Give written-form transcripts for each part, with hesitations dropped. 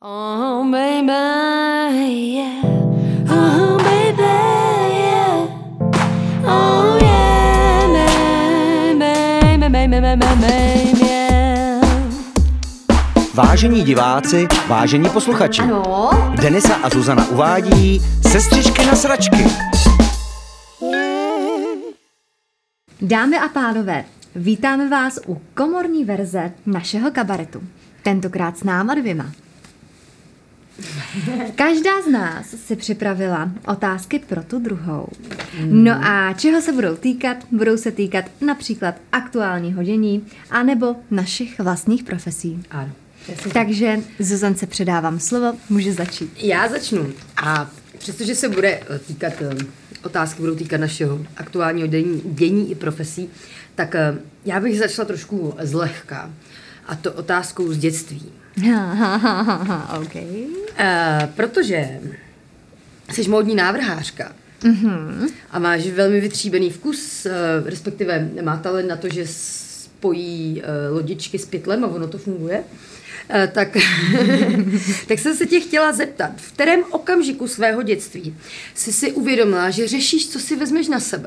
Oh baby, yeah. Oh baby, yeah. Oh yeah, baby, yeah. Vážení diváci, vážení posluchači. Ano. Denisa a Zuzana uvádí Sestřičky na sračky. Dámy a pánové, vítáme vás u komorní verze našeho kabaretu. Tentokrát s náma dvěma. Každá z nás si připravila otázky pro tu druhou. No a čeho se budou týkat? Budou se týkat například aktuálního dění anebo našich vlastních profesí. Ano. Takže Zuzance předávám slovo, může začít. Já začnu. A přestože se bude týkat, otázky budou týkat našeho aktuálního dění i profesí, tak já bych začala trošku zlehka. A to otázkou z dětství. Okay. Protože jsi módní návrhářka a máš velmi vytříbený vkus, respektive má talent na to, že spojí lodičky s pytlem a ono to funguje, tak jsem se tě chtěla zeptat, v kterém okamžiku svého dětství jsi si uvědomila, že řešíš, co si vezmeš na sebe?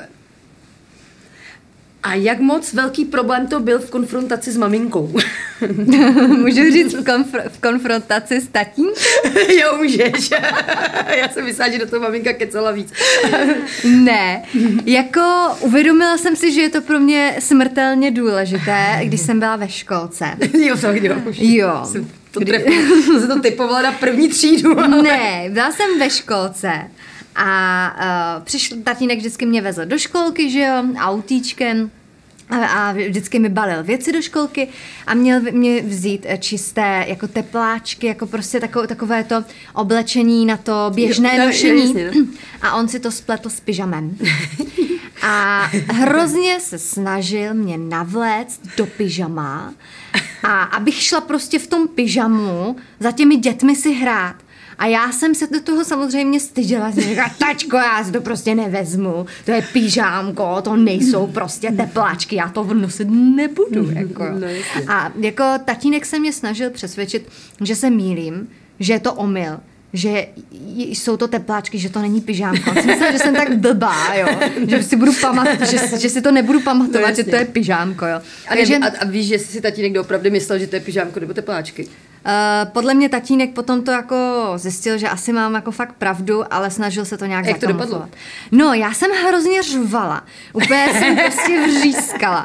A jak moc velký problém to byl v konfrontaci s maminkou? Můžu říct v konfrontaci s tatínkem? Jo, můžeš. Já jsem myslela, že do toho maminka kecala víc. Ne, jako uvědomila jsem si, že je to pro mě smrtelně důležité, když jsem byla ve školce. Jo, tak jo. Jo. Jsem to typovala na první třídu. Ale... Ne, byla jsem ve školce a přišel tatínek, vždycky mě vezl do školky, že jo, autíčkem. A vždycky mi balil věci do školky a měl mě vzít čisté jako tepláčky, jako prostě takové to oblečení na to běžné nošení. A on si to spletl s pyžamem. A hrozně se snažil mě navléct do pyžama a abych šla prostě v tom pyžamu za těmi dětmi si hrát. A já jsem se do toho samozřejmě styděla. Jsem říkala, tačko, já si to prostě nevezmu. To je pyžámko, to nejsou prostě tepláčky, já to nosit nebudu. Jako. No, a jako tatínek se mě snažil přesvědčit, že se mýlím, že je to omyl, že jsou to tepláčky, že to není pyžámko. Jsem myslela, že jsem tak blbá, jo. Že si budu že si to nebudu pamatovat, že to je pyžámko, jo. A víš, že si tatínek doopravdy myslel, že to je pyžámko nebo tepláčky? Podle mě tatínek potom to jako zjistil, že asi mám jako fakt pravdu, ale snažil se to nějak zakamuflovat. Jak to dopadlo? No, já jsem hrozně řvala. Úplně jsem prostě vřískala.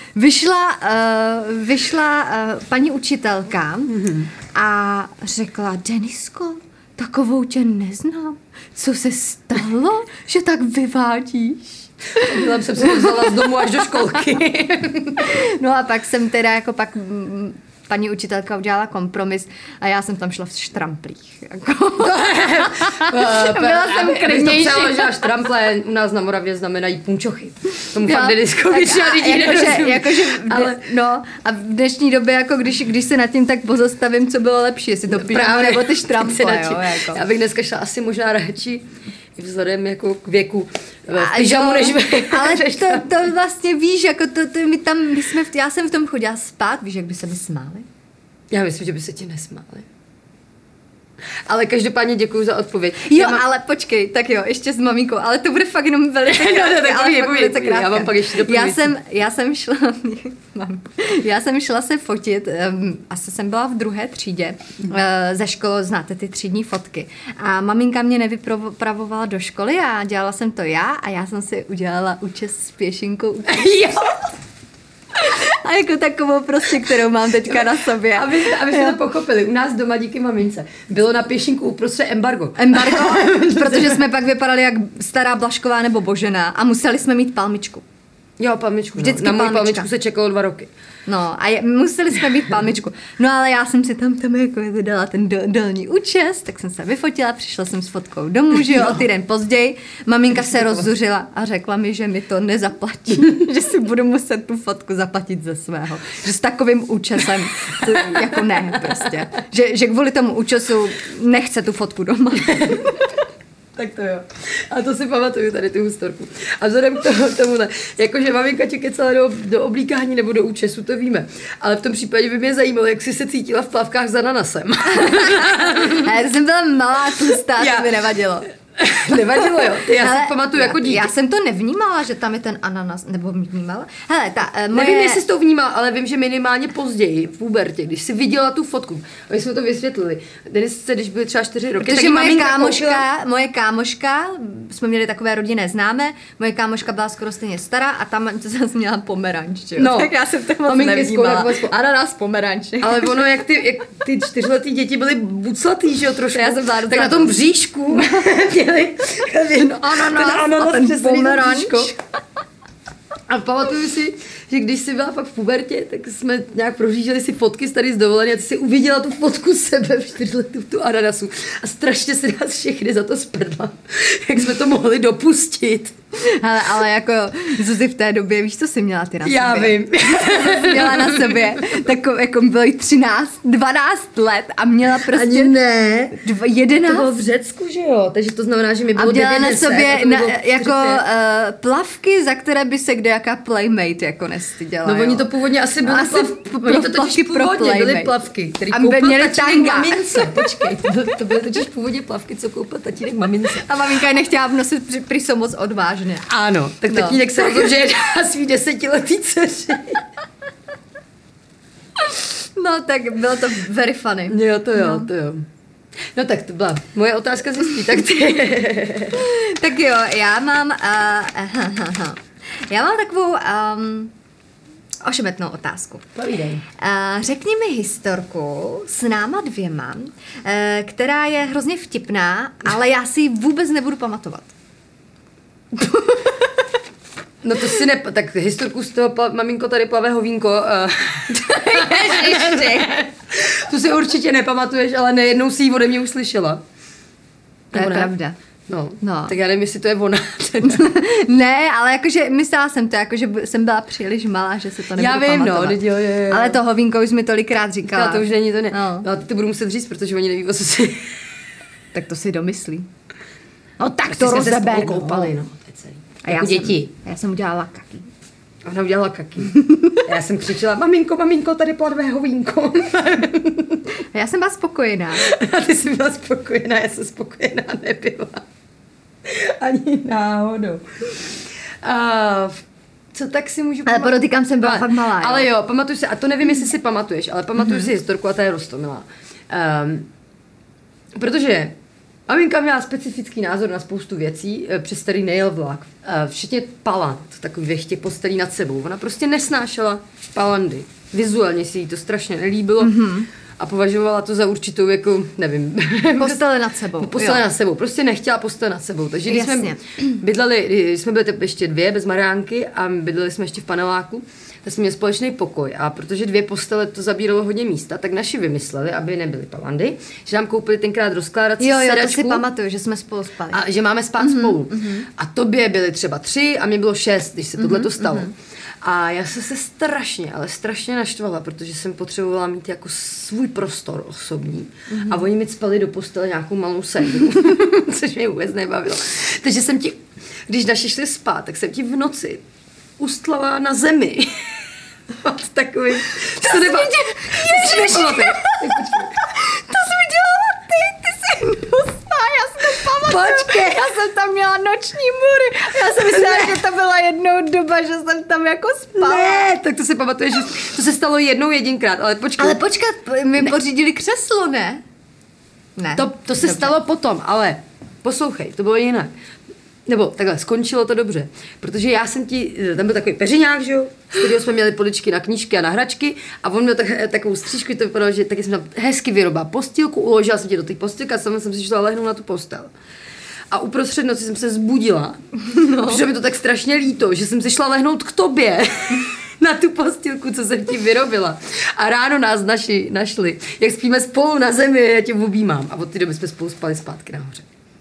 Vyšla paní učitelka a řekla, Denisko, takovou tě neznám. Co se stalo, že tak vyvádíš? Byla jsem se vzala z domu až do školky. No a pak jsem teda jako pak... Paní učitelka udělala kompromis a já jsem tam šla v štramplích. Jako. Byla jsem klidnější. Já bych to přeložila, štrample u nás na Moravě znamenají punčochy. Tomu fakt Denisko většina lidí nerozumí. No a v dnešní době, jako když se nad tím tak pozastavím, co bylo lepší, jestli to pyžamo nebo ty štrample. Jo, jako. Já bych dneska šla asi možná radši vzhledem jako k věku v pyžamu, než ale to vlastně víš, jako my tam, já jsem v tom chodila spát, víš, jak by se mi smáli? Já myslím, že by se ti nesmáli. Ale každopádně děkuju za odpověď. Jo, ale počkej, tak jo, ještě s maminkou, ale to bude fakt jenom velice krátké. Já vám pak ještě doplňuji. Já jsem šla se fotit, asi jsem byla v 2. třídě ze školy, znáte ty třídní fotky. A maminka mě nevypravovala do školy a dělala jsem to já a já jsem si udělala účes s pěšinkou. Jo. A jako takovou prostě, kterou mám teďka na sobě. Abyste to pochopili, u nás doma díky mamince bylo na pěšinku uprostřed embargo. Protože jsme pak vypadali jak stará Blažková nebo Božena a museli jsme mít palmičku. Jo, palmičku. Vždycky na můj palmičku se čekalo 2 roky. No a museli jsme mít palmičku. No ale já jsem si tam jako dala ten dolní účes, tak jsem se vyfotila, přišla jsem s fotkou domů, že jo, o týden později. Maminka se rozzuřila a řekla mi, že mi to nezaplatí, že si budu muset tu fotku zaplatit ze svého. Že s takovým účesem, to jako ne prostě. Že kvůli tomu účesu nechce tu fotku doma. Tak to jo. A to si pamatuju tady tu historku. A vzhledem k tomuhle, jakože maminka tě kecala do oblíkání nebo do účesu, to víme. Ale v tom případě by mě zajímalo, jak jsi se cítila v plavkách s ananasem. Já jsem byla malá, tlustá, to mi nevadilo. Nevadilo, jo. Já si pamatuju jako dítě. Já jsem to nevnímala, že tam je ten ananas, nebo vnímala. Hele, Nevím, jestli jsi to vnímala, ale vím, že minimálně později v pubertě, když jsi viděla tu fotku, my jsme to vysvětlili. Denis, když byly třeba 4 roky, protože moje kámoška, jsme měli takové rodinné známé, moje kámoška byla skoro stejně stará a tam jsem měla pomeranč, jo. No, tak já jsem to moc nevnímala. Ananas, pomeranč. Ale ono, jak ty 4letý děti byly buclatý, že jo, trošku. Já jsem tak na tom bříšku měli ananas ten pomeranč. A pamatuju si, že když jsi byla fakt v pubertě, tak jsme nějak prohlíželi si fotky tady z dovolené a ty jsi uviděla tu fotku sebe v 4 letů v tu ananasu a strašně si nás všechny za to sprdla, jak jsme to mohli dopustit. Ale jako Zuzi v té době, víš, co jsi měla ty na sobě? Já vím. Měla na sobě, tak jako bylo jí 13, 12 let a měla prostě... Ani ne. 11. To bylo v Řecku, že jo? Takže to znamená, že mi bylo 9. A měla na sobě jako plavky, za které by se kdejaká playmate jako nestyděla. No oni to původně asi byly oni to totiž původně byly plavky, které koupil tatínek mamince. Počkej, to byly totiž původně plavky, co koupil tatínek mamince. A maminka je nechtěla nosit, prý jsou moc odvážné. Ano, tak tatínek se rozhodl, že je na svý 10letý dceři. No, tak bylo to very funny. Jo, to jo. No tak to byla moje otázka zjistí, tak ty. Tak jo, já mám takovou ošemetnou otázku. Povídej. Řekni mi historku s náma 2, která je hrozně vtipná, ale já si ji vůbec nebudu pamatovat. No to si tak historku z toho maminko tady plave hovínko. To si určitě nepamatuješ, ale nejednou si ji ode mě uslyšela. To je pravda. No, tak já nevím, jestli to je ona. Ne, ale jakože myslela jsem to, jakože jsem byla příliš malá, že se to nebudu pamatovat. Já vím, jo. Ale to hovínko už mi tolikrát říkala. To už není, to ne. No a ty to budu muset říct, protože oni neví, o co si... Tak to si domyslí. No tak to rozebe. Jsme se koupali, no. To je celý. A jako děti. Já jsem udělala kaky. Ona udělala kaky. Já jsem křičela, maminko, tady plave hovínko. A já jsem byla spokojená. A ty jsi byla spokojená, já jsem spokojená nebyla. Ani náhodou. Co tak si můžu pamatovat? Ale podotýkám, jsem byla fakt malá. Ale jo, pamatuju si, a to nevím, jestli si pamatuješ, ale pamatuju si historku a ta je roztomilá. Protože maminka měla specifický názor na spoustu věcí, přes který nejel vlak. Včetně palant, takových těch postelí nad sebou. Ona prostě nesnášela palandy. Vizuálně si jí to strašně nelíbilo. A považovala to za určitou, jako, nevím. Postele nad sebou. Postele nad sebou. Prostě nechtěla postele nad sebou. Takže když jsme byli ještě 2 bez Mariánky a bydleli jsme ještě v paneláku, tak jsme měli společný pokoj. A protože 2 postele to zabíralo hodně místa, tak naši vymysleli, aby nebyly palandy, že nám koupili tenkrát rozkládací sedačku. Jo, to si pamatuju, že jsme spolu spali. A že máme spát spolu. A tobě byly třeba 3 a mě bylo 6, když se tohle to stalo. A já jsem se strašně naštvala, protože jsem potřebovala mít jako svůj prostor osobní. A oni mi spali do postele nějakou malou sédu, což mě vůbec nebavilo. Takže jsem ti, když naši šli spát, tak jsem ti v noci ustlala na zemi. Takový... To jsi mi dělala ty jsi hnusná, já si to pamatuju. Počkej. Já jsem tam měla noční můry. Já jsem myslela, že to byla jednou doba, že jsem tam jako spala. Ne, tak to si pamatuješ, že to se stalo jedinkrát, ale počkej. Ale počkat, my pořídili křeslo, ne? Ne. To se stalo potom, ale poslouchej, to bylo jinak. Nebo takhle, skončilo to dobře, protože já jsem tam byl takový peřiňák, že jo, z kterého jsme měli poličky na knížky a na hračky a on měl takovou střížku, to vypadalo, že taky jsem tam hezky vyrobila postýlku, uložila jsem tě do té postýlky a sama jsem si šla lehnout na tu postel. A uprostřed noci jsem se zbudila, protože mi to tak strašně líto, že jsem si šla lehnout k tobě na tu postýlku, co jsem ti vyrobila. A ráno nás našli, jak spíme spolu na zemi, já tě objímám. A od té doby jsme spolu spali zpátky nahoře.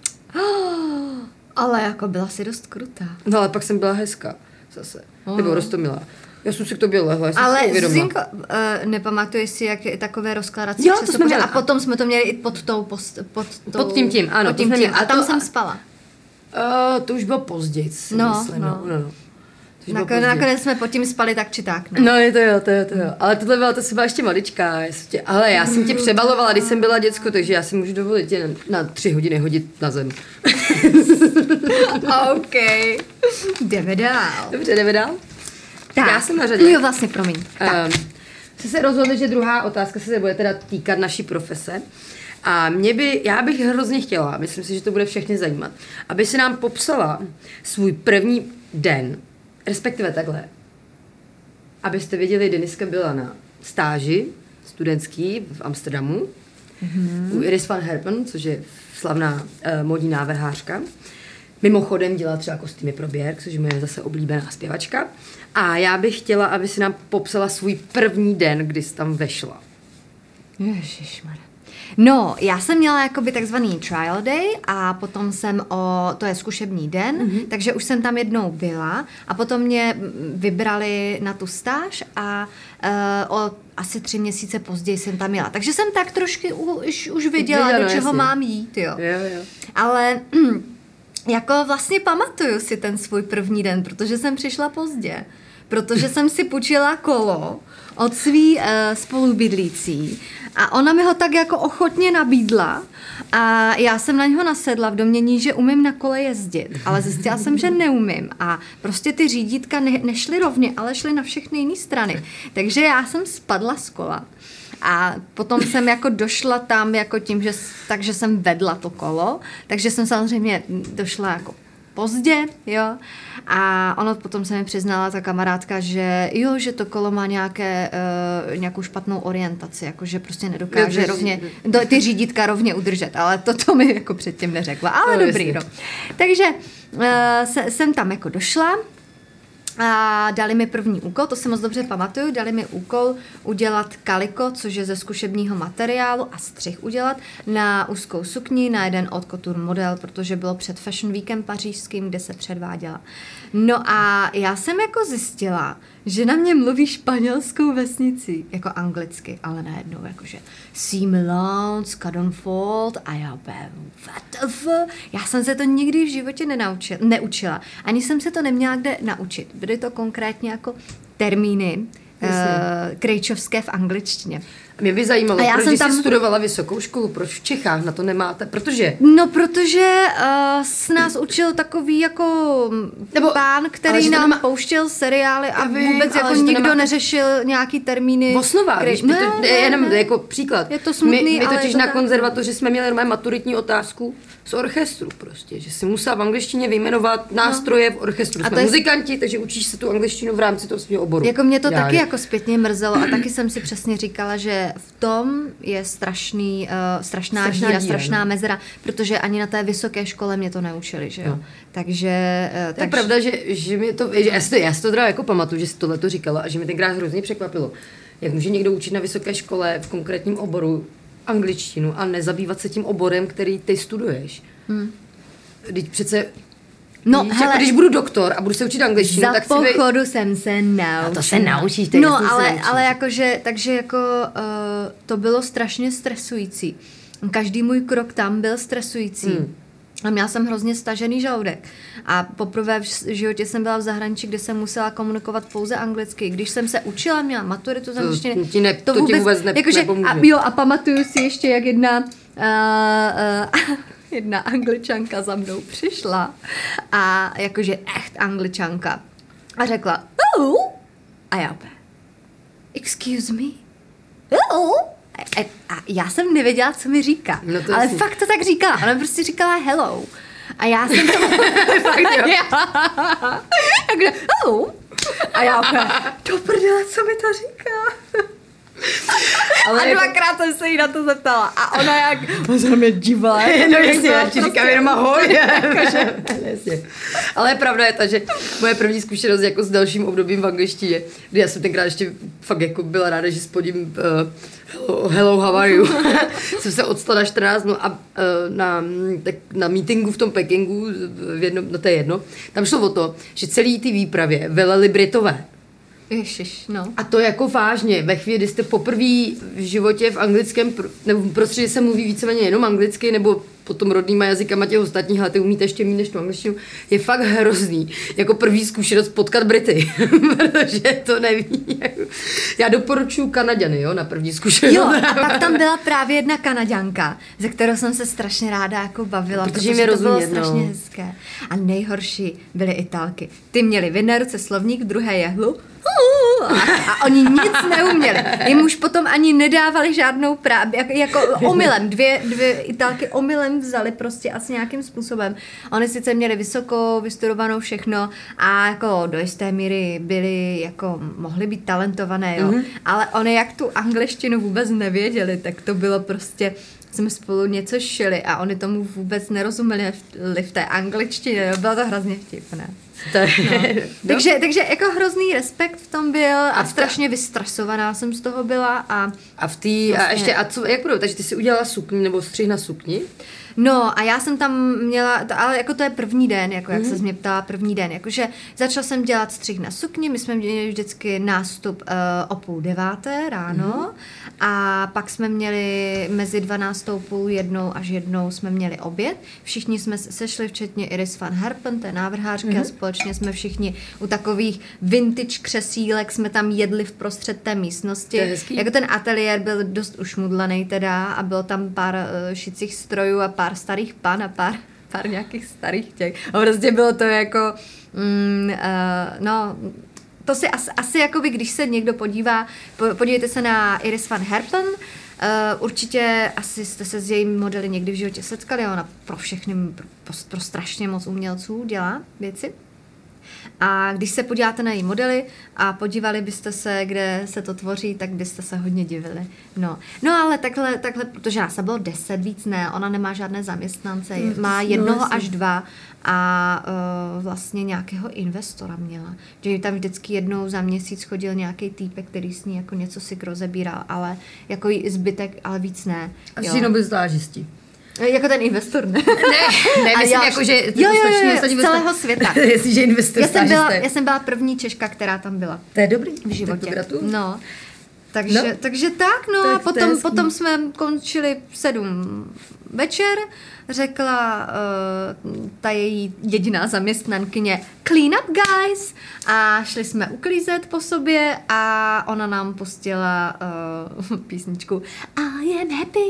Ale jako byla si dost krutá. No ale pak jsem byla hezká zase. Nebo roztomilá. Já jsem si k tobě lehla, já jsem ale si uvědomila. Zuzinko, nepamatuješ si, jak je takové rozkládací jo, to jsme měli. A potom jsme to měli i pod tím tím, ano. Pod tím. A tam jsem spala. To už bylo později, myslím. No. Nakonec jsme pod tím spali tak či tak, ne? No, je to jo. Ale tohle byla to si byla ještě maličká. Ale já jsem tě přebalovala, když jsem byla děcko, takže já si můžu dovolit tě na 3 hodiny hodit na zem. OK. Jdeme dál. Dobře, jdeme dál? Tak. Já jsem na řadě. Jo, vlastně, promiň. Jsi se rozhodli, že druhá otázka se bude teda týkat naší profese. A já bych hrozně chtěla, myslím si, že to bude všechny zajímat, aby si nám popsala svůj první den, respektive takhle. Abyste věděli, Deniska byla na stáži studentský v Amsterdamu u Iris van Herpen, což je slavná módní návrhářka. Mimochodem dělá třeba kostýmy pro Björk, což je moje zase oblíbená zpěvačka. A já bych chtěla, aby si nám popsala svůj první den, kdy jsi tam vešla. Ježišmarja. No, já jsem měla jakoby takzvaný trial day a potom to je zkušební den, takže už jsem tam jednou byla a potom mě vybrali na tu stáž a o asi 3 měsíce později jsem tam jela. Takže jsem tak trošku už věděla, do čeho mám jít, jo. Ale jako vlastně pamatuju si ten svůj první den, protože jsem přišla pozdě. Protože jsem si půjčila kolo od svý spolubydlící a ona mi ho tak jako ochotně nabídla a já jsem na něho nasedla v domnění, že umím na kole jezdit, ale zjistila jsem, že neumím a prostě ty řídítka nešly rovně, ale šly na všechny jiné strany. Takže já jsem spadla z kola. A potom jsem jako došla tam jako tím, takže jsem vedla to kolo, takže jsem samozřejmě došla jako pozdě, jo. A ono potom se mi přiznala ta kamarádka, že to kolo má nějakou špatnou orientaci, jako že prostě nedokáže ty řídítka rovně udržet, ale to mi jako předtím neřekla, ale dobrý, no. Takže jsem tam jako došla a dali mi první úkol, to si moc dobře pamatuju, dali mi úkol udělat kaliko, což je ze zkušebního materiálu a střih udělat na úzkou sukni, na jeden haute couture model, protože bylo před Fashion Weekem pařížským, kde se předváděla. No a já jsem jako zjistila, že na mě mluví španělskou vesnici, jako anglicky, ale najednou jakože Seameland, Scadenfold a já já jsem se to nikdy v životě neučila. Ani jsem se to neměla kde naučit. Byly to konkrétně jako termíny krejčovské v angličtině. Mě by zajímalo, proč jsi studovala vysokou školu, proč v Čechách na to nemáte, protože... No, protože s nás učil takový jako pán, který nám pouštěl seriály a vůbec jako nikdo neřešil nějaký termíny. Osnova, víš, jenom jako příklad. Je to smutný, my totiž na konzervatoři jsme měli normálně maturitní otázku z orchestru prostě, že si musela v angličtině vyjmenovat nástroje v orchestru. Jsme muzikanti, takže učíš se tu angličtinu v rámci toho svého oboru. Jako mě to taky jako zpětně mrzelo a taky jsem si přesně říkala, že v tom je strašná díra, strašná mezera, protože ani na té vysoké škole mě to neučili, že jo. No. Takže... To je pravda, že mě to... Já si to teda jako pamatuju, že jsi tohleto říkala a že mě tenkrát hrozně překvapilo. Jak může někdo učit na vysoké škole v konkrétním oboru angličtinu a nezabývat se tím oborem, který ty studuješ. Teď přece... No, víš, hele, jako když budu doktor a budu se učit angličtinu, tak za pochodu jsem se naučila. A to se naučíš. No, ale jakože, takže jako to bylo strašně stresující. Každý můj krok tam byl stresující. A měla jsem hrozně stažený žaludek. A poprvé v životě jsem byla v zahraničí, kde jsem musela komunikovat pouze anglicky. Když jsem se učila, měla maturitu z angličtiny. To ti vůbec nepomůže. A pamatuju si ještě, jak jedna Angličanka za mnou přišla a jakože echt Angličanka a řekla a já excuse me a já jsem nevěděla, co mi říká, ale fakt to tak říkala, ona prostě říkala hello a já jsem to fakt jo. A já do prdele, co mi to říká. Ale a dvakrát jsem se jí na to zeptala a ona jak se mě dívala. No jasně, já ti říkám jenom ahoj. Ale pravda je ta, že moje první zkušenost jako s dalším obdobím v angličtině, kdy já jsem tenkrát ještě fakt jako byla ráda, že spodím hello, how are you? Jsem se odstala na 14 a na meetingu v tom Pekingu, to je jedno, tam šlo o to, že celý ty výpravě veleli Britové. Ježiš, no. A to jako vážně, ve chvíli, kdy jste poprvé v životě v anglickém, nebo prostředí se mluví víceméně jenom anglicky, nebo potom rodnýma jazykama těch ostatních, ale ty umíte ještě méně než tu angličtinu, je fakt hrozný. Jako první zkušenost potkat Brity, protože to neví. Já doporučuji Kanaďany, jo, na první zkušenost. Jo, a pak tam byla právě jedna Kanaďanka, ze kterou jsem se strašně ráda jako bavila, protože mě to bylo rozumět, strašně hezké. A nejhorší byly Italky. Ty měli v jedné ruce slovník, v druhé jehlu. A oni nic neuměli. Jim už potom ani nedávali žádnou jako omylem. Dvě Italky omylem vzali prostě asi nějakým způsobem. Oni sice měli vysokou, vystudovanou všechno a jako do jisté míry byli, jako mohli být talentované, jo. Ale oni jak tu angličtinu vůbec nevěděli, tak to bylo prostě, jsme spolu něco šili a oni tomu vůbec nerozuměli v té angličtině, jo. Bylo to hrozně vtipné. No. Takže jako hrozný respekt v tom byl a strašně vystresovaná jsem z toho byla a v té vlastně... a ještě a co, jak budou, takže ty si udělala sukni nebo střih na sukni? No a já jsem tam měla, ale jako to je první den, jako jak se mě ptala první den, jakože začala jsem dělat střih na sukni, my jsme měli vždycky nástup o 8:30 ráno a pak jsme měli mezi 12:30 až 1 jsme měli oběd, všichni jsme se sešli, včetně Iris van Herpen, té návrhářky a společně jsme všichni u takových vintage křesílek jsme tam jedli v prostřed té místnosti. Jako ten ateliér byl dost ušmudlaný teda a bylo tam pár šicích strojů a pár starých pan a pár nějakých starých těch. A prostě bylo to jako, no, to si asi jakoby, když se někdo podívá, podívejte se na Iris van Herpen, určitě asi jste se s jejími modely někdy v životě setkali, ona pro všechny, pro strašně moc umělců dělá věci. A když se podíváte na její modely a podívali byste se, kde se to tvoří, tak byste se hodně divili. No ale takhle, protože nás bylo 10, víc ne, ona nemá žádné zaměstnance, má 1 až 2 a vlastně nějakého investora měla. Že tam vždycky jednou za měsíc chodil nějaký týpek, který s ní jako něco si rozebíral, ale jako jí zbytek, ale víc ne. A si jenom byl stážisti. Jako ten investor, ne? Ne, myslím jako, že jo, z celého světa. Jestliže investor já jsem byla první Češka, která tam byla. To je dobrý. V životě. Tak to no. Takže tak, no tak a potom jsme končili 7 večer, řekla ta její jediná zaměstnankyně clean up guys a šli jsme uklízet po sobě a ona nám pustila písničku I am happy.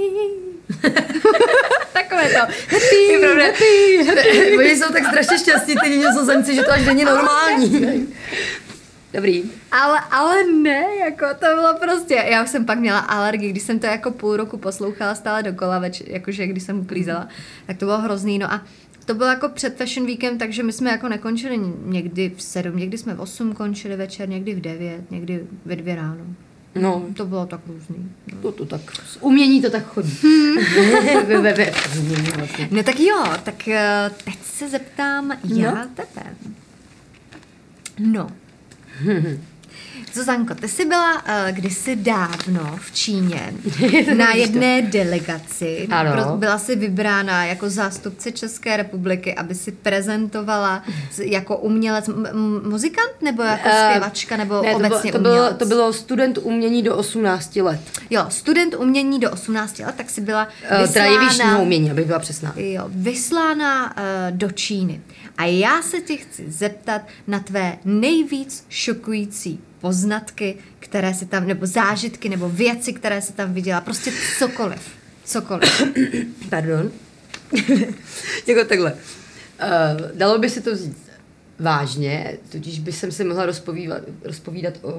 Takové to. Happy. Oni jsou tak strašně šťastní, ty Nizozemci, že to až není normální. Dobrý. Ale ne, jako to bylo prostě, já už jsem pak měla alergii, když jsem to jako půl roku poslouchala stále dokola, jakože když jsem uklízela, tak to bylo hrozný, no a to bylo jako před Fashion Weekem, takže my jsme jako nekončili někdy v 7, někdy jsme v 8 končili večer, někdy v 9, někdy ve 2 ráno. No, to bylo tak různý. No. To tak, umění to tak chodí. No tak jo, tak teď se zeptám já tebe. No. Zuzanko, ty jsi byla kdysi dávno v Číně na jedné delegaci. Byla jsi vybrána jako zástupce České republiky, aby si prezentovala jako umělec, muzikant nebo jako zpěvačka nebo ne, obecně umělec? To bylo student umění do 18 let. Jo, student umění do 18 let, tak si byla vyslána... umění, abych byla přesná. Jo, vyslána do Číny. A já se tě chci zeptat na tvé nejvíc šokující poznatky, které si tam, nebo zážitky, nebo věci, které se tam viděla. Prostě cokoliv. Pardon. Jako takhle. Dalo by si to vzít vážně, totiž by jsem se mohla rozpovídat o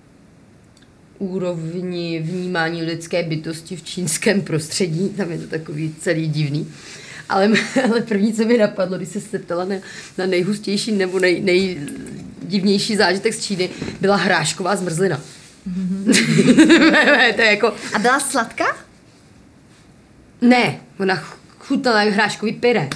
úrovni vnímání lidské bytosti v čínském prostředí. Tam je to takový celý divný. Ale první, co mi napadlo, když se ptala na nejhustější nebo nejdivnější zážitek z Číny, byla hrášková zmrzlina. To je jako... A byla sladká? Ne, ona chutnala jak hráškový pyré.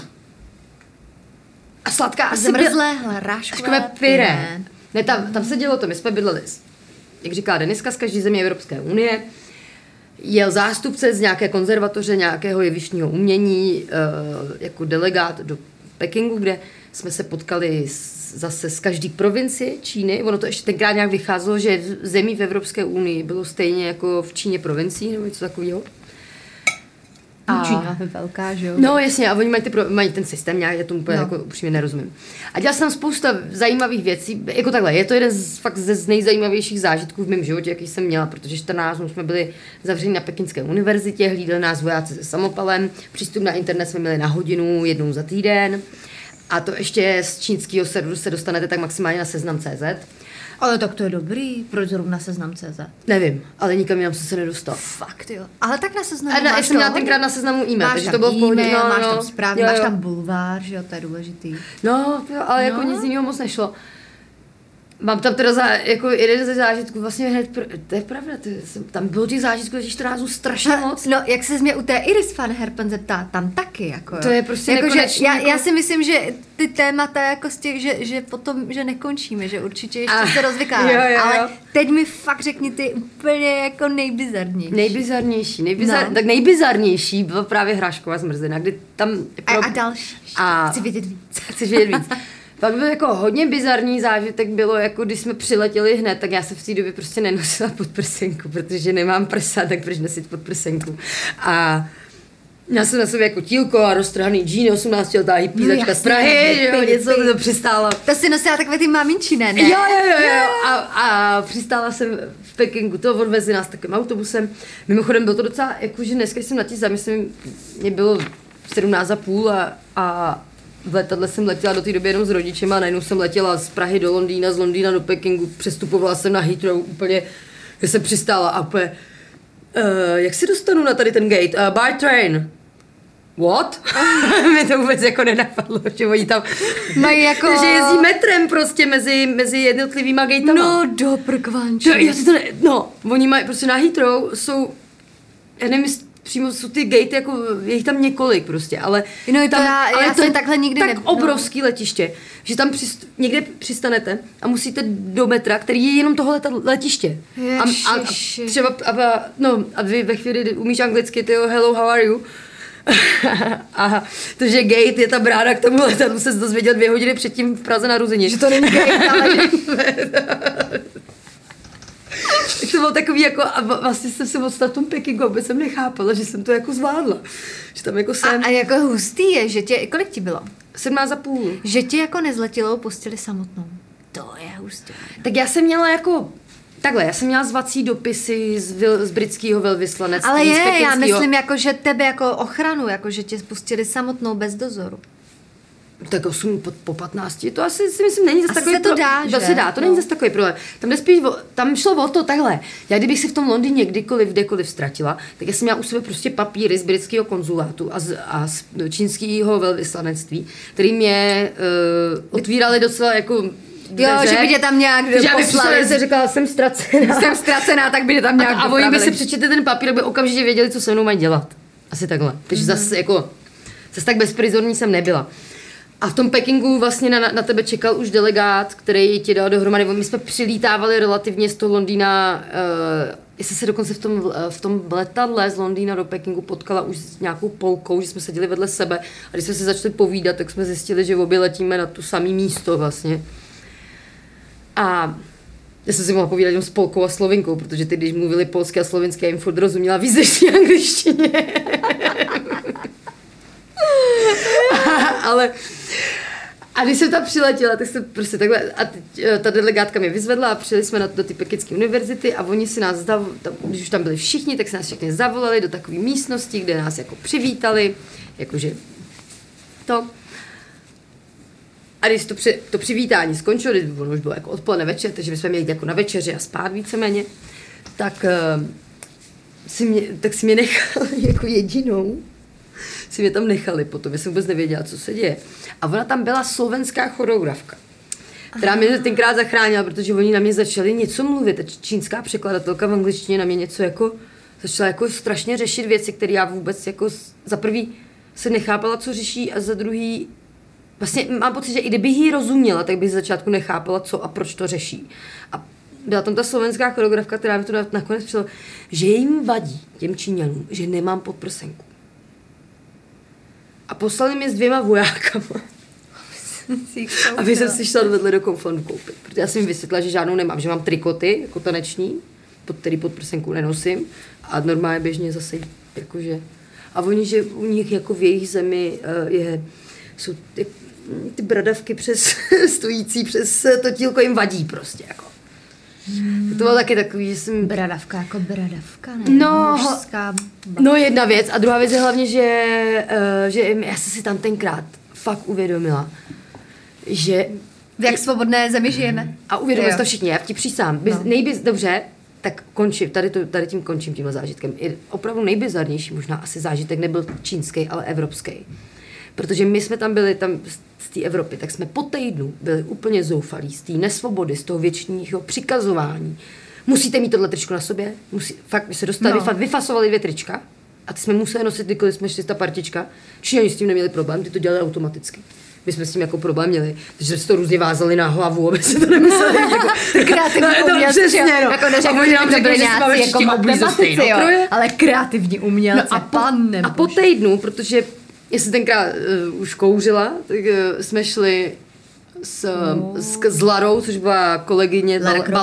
A sladká asi zmrzlé hráškové pyré. Ne, tam se dělo to, my jsme bydleli, jak říká Deniska, z každé země Evropské unie. Jel zástupce z nějaké konzervatoře, nějakého jevištního umění jako delegát do Pekingu, kde jsme se potkali zase z každé provincie Číny. Ono to ještě tenkrát nějak vycházelo, že zemí v Evropské unii bylo stejně jako v Číně provincií nebo něco takového. Čína je velká, že jo? No jasně, a oni mají ten systém, já tomu úplně jako upřímně nerozumím. A dělala jsem tam spousta zajímavých věcí, jako takhle, je to jeden fakt z nejzajímavějších zážitků v mém životě, jaký jsem měla, protože 14 dnů jsme byli zavřeni na Pekingské univerzitě, hlídali nás vojáci se samopalem, přístup na internet jsme měli na hodinu, jednou za týden. A to ještě z čínského serveru se dostanete tak maximálně na Seznam.cz. Ale tak to je dobrý, proč zrovna Seznam.cz? Nevím, ale nikam jinam jsem se nedostal. Fakt jo. Ale tak na Seznamu Já jsem měla tenkrát na Seznamu e-mail, takže to bylo v pohodě. Máš tam zprávy, máš tam bulvár, že jo, to je důležitý. No, ale jako nic jiného moc nešlo. Mám tam teda jako jeden ze zážitků, vlastně hned, to je pravda, tam bylo těch zážitků těch 14 dnů strašně moc. No, jak se mě u té Iris van Herpen zeptá, tam taky, jako jo. To je prostě jako, nekonečný. Já si myslím, že ty témata jako z těch, že potom, že nekončíme, že určitě ještě se rozvykláme. Jo. Ale teď mi fakt řekni ty úplně jako nejbizarnější. Tak nejbizarnější byla právě hrášková zmrzlina, kdy tam... A další. Chci vědět víc. Pak byl jako hodně bizarní zážitek, bylo jako když jsme přiletěli hned, tak já se v té době prostě nenosila podprsenku, protože nemám prsa, tak proč nosit podprsenku. A já jsem na sobě jako tílko a roztrhaný džíny, 18letá hippízačka z Prahy, že jo, něco to přistálo. To si nosila takové ty maminčine, ne? Jo. A přistála jsem v Pekingu, to odvezli nás takovým autobusem. Mimochodem bylo to docela, jakože dneska jsem na tí zamyslím, mě bylo 17,5 a v letadle jsem letěla do té doby jenom s rodičema a najednou jsem letěla z Prahy do Londýna, z Londýna do Pekingu, přestupovala jsem na Heathrow úplně, kde jsem přistála a úplně, jak si dostanu na tady ten gate? By train. What? Mi to vůbec jako nenapadlo, že oni tam mají jako... že jezdí metrem prostě mezi jednotlivýma gatama. No do prkvančů. No, oni mají prostě na Heathrow jsou, já nevím, přímo jsou ty gatey, jako je jich tam několik prostě, ale no tam, já jsem takhle nikdy tak obrovský letiště, že tam někde přistanete a musíte do metra, který je jenom toho letiště. A třeba, a vy ve chvíli, kdy umíš anglicky, tyjo, hello, how are you? A to, že gate je ta brána k tomu letadlu, se dozvěděl 2 hodiny předtím v Praze na Ruzině. Že to není gate, ale že... Tak to bylo takový jako, a vlastně jsem se odstala v tom Pekingu, vůbec jsem nechápala, že jsem to jako zvládla. Že tam jako jsem... A jako hustý je, že tě, kolik ti bylo? 17,5. Že tě jako nezletilou pustili samotnou. To je hustý. Tak já jsem měla jako... Takhle, já jsem měla zvací dopisy z britského velvyslanectví. Ale já myslím jako, že tebe jako ochranu, jako že tě spustili samotnou bez dozoru. Tak 8 po 15, to asi si myslím není zase takový problém. To se dá, to není zase takový problém. Tam šlo o to takhle. Já kdybych se v tom Londýně kdekoliv ztratila, tak já jsem měla u sebe prostě papíry z britského konzulátu a z čínského velvyslanectví, který mě otvírali docela jako dveře. Jo, že by tě tam nějak poslali. Já řekla, jsem ztracená, tak by tě tam nějak a oni by si přečetli ten papír, aby okamžitě věděli, co se mnou mají dělat. Asi takhle. Takže zase tak bezprizorní jsem nebyla. A v tom Pekingu vlastně na tebe čekal už delegát, který ti dal dohromady. My jsme přilítávali relativně z toho Londýna, jestli se dokonce v tom letadle z Londýna do Pekingu potkala už s nějakou Polkou, že jsme seděli vedle sebe a když jsme se začali povídat, tak jsme zjistili, že obě letíme na to samé místo vlastně. A já jsem si mohla povídat jenom s Polkou a Slovinkou, protože ty, když mluvili polsky a slovinsky, já jim furt rozuměla víc než angličtině. Ale a když jsem tam přiletěla, tak jsem prostě takhle, a ta delegátka mě vyzvedla a přijeli jsme do té Pekingské univerzity a oni si nás, když už tam byli všichni, tak se nás všechny zavolali do takové místnosti, kde nás jako přivítali, jakože to. A když to přivítání skončilo, ono už bylo jako odpoledne večer, takže bychom měli jako na večeři a spát víceméně, tak si mě nechali jako jedinou. Si mě tam nechali potom, já jsem vůbec nevěděla, co se děje. A ona tam byla slovenská choreografka, která mě tenkrát zachránila, protože oni na mě začali něco mluvit. A čínská překladatelka v angličtině na mě něco jako, začala jako strašně řešit věci, které já vůbec jako za prvý se nechápala, co řeší, a za druhý vlastně mám pocit, že i kdybych jí rozuměla, tak bych z začátku nechápala, co a proč to řeší. A byla tam ta slovenská choreografka, která mi to nakonec přišla, že jim vadí, těm Číňanům, že nemám podprsenku. A poslali mě s 2 vojákama. Aby jsem si šla vedle do Konflandu koupit. Protože já jsem jim vysvětlila, že žádnou nemám, že mám trikoty jako taneční, pod který podprsenku nenosím a normálně běžně zase jakože. A oni, že u nich jako v jejich zemi jsou ty bradavky stojící přes to tílko jim vadí prostě jako. To bylo taky takový, že jsem... Bradavka jako bradavka, ne? No jedna věc a druhá věc je hlavně, že já jsem si tam tenkrát fakt uvědomila, že... V jak svobodné zemi žijeme. A uvědomili to všichni, já ti přísám. Dobře, tak končím, tady tím končím tímhle zážitkem. Opravdu nejbizarnější možná asi zážitek nebyl čínský, ale evropský. Protože my jsme tam byli z té Evropy, tak jsme po týdnu byli úplně zoufalí z té nesvobody, z toho věčního přikazování. Musíte mít tohle tričko na sobě, fakt, my se dostali, fakt vyfasovali 2 trička a ty jsme museli nosit, kdykoliv jsme šli ta partička. Číňani s tím neměli problém, ty to dělali automaticky. My jsme s tím jako problém měli, takže se to různě vázali na hlavu, aby se to nemysleli. Jako, kreativní umělci, jako neřekli, že to byli nějací jako matematici, ale kreativní umělci, a po týdnu, protože já jsem tenkrát už kouřila, tak jsme šli s Larou, což byla kolegyně,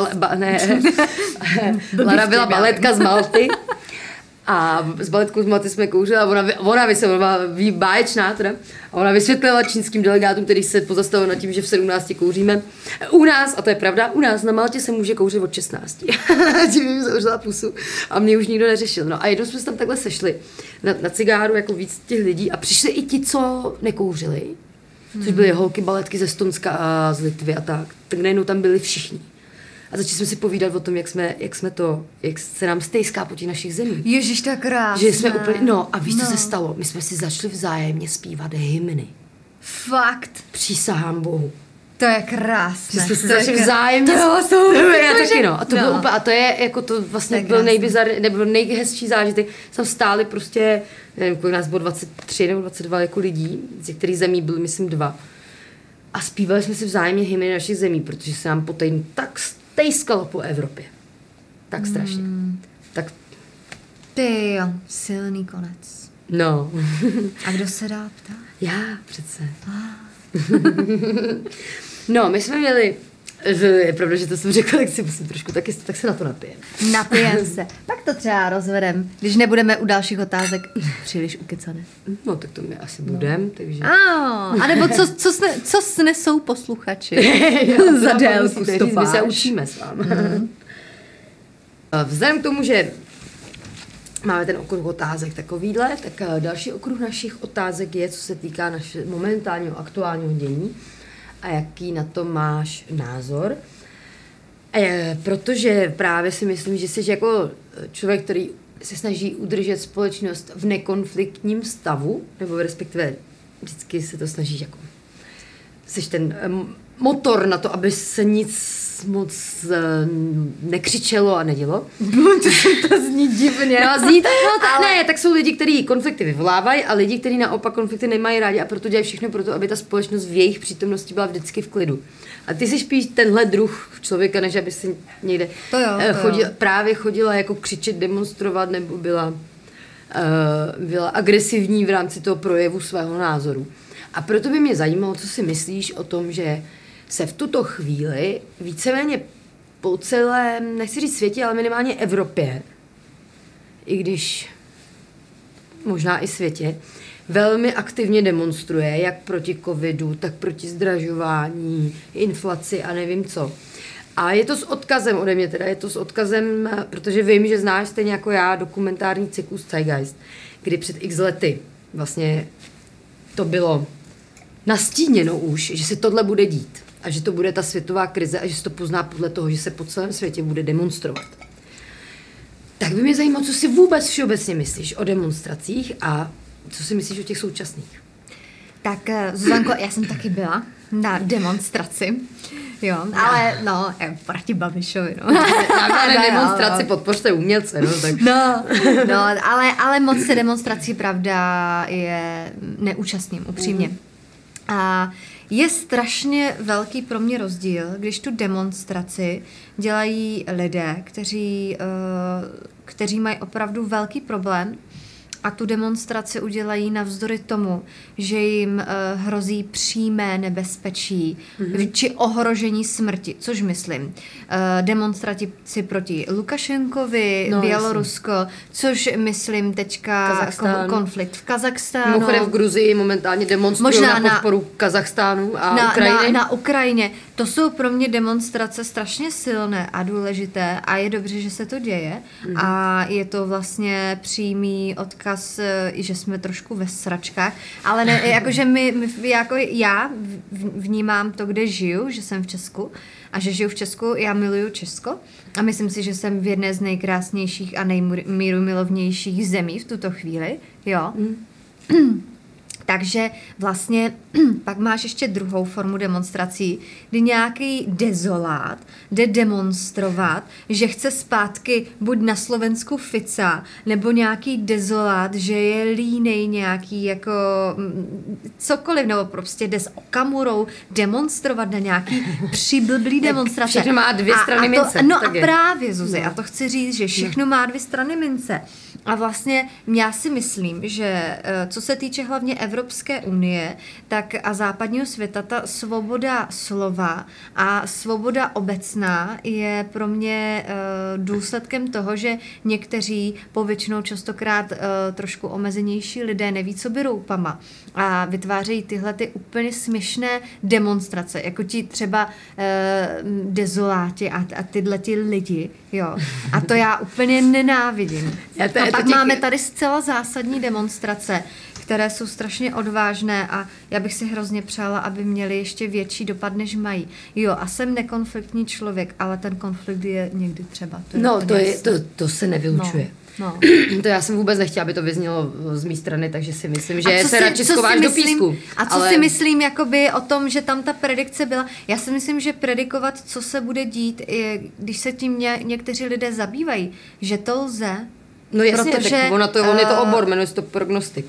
Lara byla baletka z Malty. A s baletkou z Malty jsme kouřili a ona báječná teda, a ona vysvětlila čínským delegátům, který se pozastavil nad tím, že v 17 kouříme. U nás, a to je pravda, u nás na Maltě se může kouřit od 16. Tím jim zavřela pusu a mě už nikdo neřešil. No a jednou jsme se tam takhle sešli na cigáru jako víc těch lidí a přišli i ti, co nekouřili, což byly holky baletky ze Estonska a z Litvy a tak najednou tam byli všichni. A začali jsme si povídat o tom, jak se nám stejská po těch našich zemích. Ježiš, to je krásné. Že jsme úplně, a víš, co se stalo? My jsme si začali vzájemně zpívat hymny. Fakt. Přísahám Bohu. To je krásné. Jsme si začali vzájemně. Já taky, no. A to bylo úplně, a to je, jako to vlastně byl nebo nejhezčí zážitek. Tam stáli prostě, nevím, kolik nás bylo 23 nebo 22 jako lidí, z kterých zemí byly, myslím, 2. A zpívali jsme si vzájemně hymny našich zemí, protože se nám po týdnu tak stejskalo po Evropě. Tak strašně. Tak... Ty jo, silný konec. No. A kdo se dá ptát? Já přece. No, my jsme měli... Je pravda, že to jsem řekla, tak si musím trošku, tak se na to napijem. Napijem se. Tak to třeba rozvedem, když nebudeme u dalších otázek příliš ukecané. No, tak to my asi budem, takže... A nebo co snesou posluchači za délku stopáž. My se učíme s vámi. Vzhledem k tomu, že máme ten okruh otázek takovýhle, tak další okruh našich otázek je, co se týká našeho momentálního aktuálního dění a jaký na to máš názor. Protože právě si myslím, že jsi jako člověk, který se snaží udržet společnost v nekonfliktním stavu, nebo respektive vždycky se to snaží jako... Jsi ten motor na to, aby se nic moc nekřičelo a nedělo. To zní divně. Ne, tak jsou lidi, kteří konflikty vyvolávají a lidi, kteří naopak konflikty nemají rádi a proto dělají všechno pro to, aby ta společnost v jejich přítomnosti byla vždycky v klidu. A ty jsi spíš tenhle druh člověka, než aby si někde chodila jako křičet, demonstrovat nebo byla agresivní v rámci toho projevu svého názoru. A proto by mě zajímalo, co si myslíš o tom, že se v tuto chvíli víceméně po celém, nechci říct světě, ale minimálně Evropě, i když možná i světě, velmi aktivně demonstruje, jak proti covidu, tak proti zdražování, inflaci a nevím co. A je to s odkazem ode mě teda, je to s odkazem, protože vím, že znáš stejně jako já dokumentární cyklus Zeitgeist, kdy před x lety vlastně to bylo nastíněno už, že se tohle bude dít a že to bude ta světová krize a že se to pozná podle toho, že se po celém světě bude demonstrovat. Tak by mě zajímalo, co si vůbec všeobecně myslíš o demonstracích a co si myslíš o těch současných. Tak Zuzanko, já jsem taky byla na demonstraci, jo, ale proti Babišovi, no. Na demonstraci podpořte umělce, no, tak. Ale moc se demonstrací, pravda, je neúčastním, upřímně. A je strašně velký pro mě rozdíl, když tu demonstraci dělají lidé, kteří mají opravdu velký problém a tu demonstraci udělají navzdory tomu, že jim hrozí přímé nebezpečí či ohrožení smrti, což myslím. Demonstranti proti Lukašenkovi, Bělorusko, což myslím teďka konflikt v Kazachstánu. Mimochodem v Gruzii momentálně demonstrují na podporu Kazachstánu a Ukrajiny. Na Ukrajině. To jsou pro mě demonstrace strašně silné a důležité a je dobře, že se to děje a je to vlastně přímý odkaz, že jsme trošku ve sračkách, ale ne, jakože jako já vnímám to, kde žiju, že jsem v Česku a že žiju v Česku, já miluju Česko a myslím si, že jsem v jedné z nejkrásnějších a nejmírumilovnějších zemí v tuto chvíli, jo. Takže vlastně pak máš ještě druhou formu demonstrací, kdy nějaký dezolát jde demonstrovat, že chce zpátky buď na Slovensku Fica, nebo nějaký dezolát, že je línej nějaký jako cokoliv, nebo prostě jde s Okamurou demonstrovat na nějaký přiblblý demonstrace. Všechno má dvě strany mince. No a právě, Zuzi, a to chci říct, že všechno má dvě strany mince. A vlastně já si myslím, že co se týče hlavně Evropské unie, tak a západního světa, ta svoboda slova a svoboda obecná je pro mě důsledkem toho, že někteří povětšinou častokrát trošku omezenější lidé neví, co by roupama a vytvářejí tyhle ty úplně směšné demonstrace, jako ti třeba dezoláti a tyhle ti lidi, jo. A to já úplně nenávidím. A pak máme tady zcela zásadní demonstrace, které jsou strašně odvážné a já bych si hrozně přála, aby měly ještě větší dopad, než mají. Jo, a jsem nekonfliktní člověk, ale ten konflikt je někdy třeba. To se nevylučuje. No. To já jsem vůbec nechtěla, aby to vyznělo z mé strany, takže si myslím, že se radši schováš do písku. A co si myslím jakoby o tom, že tam ta predikce byla? Já si myslím, že predikovat, co se bude dít, když se tím někteří lidé zabývají, že to lze. No jasně, protože, tak on je to obor, jmenuje se to prognostik.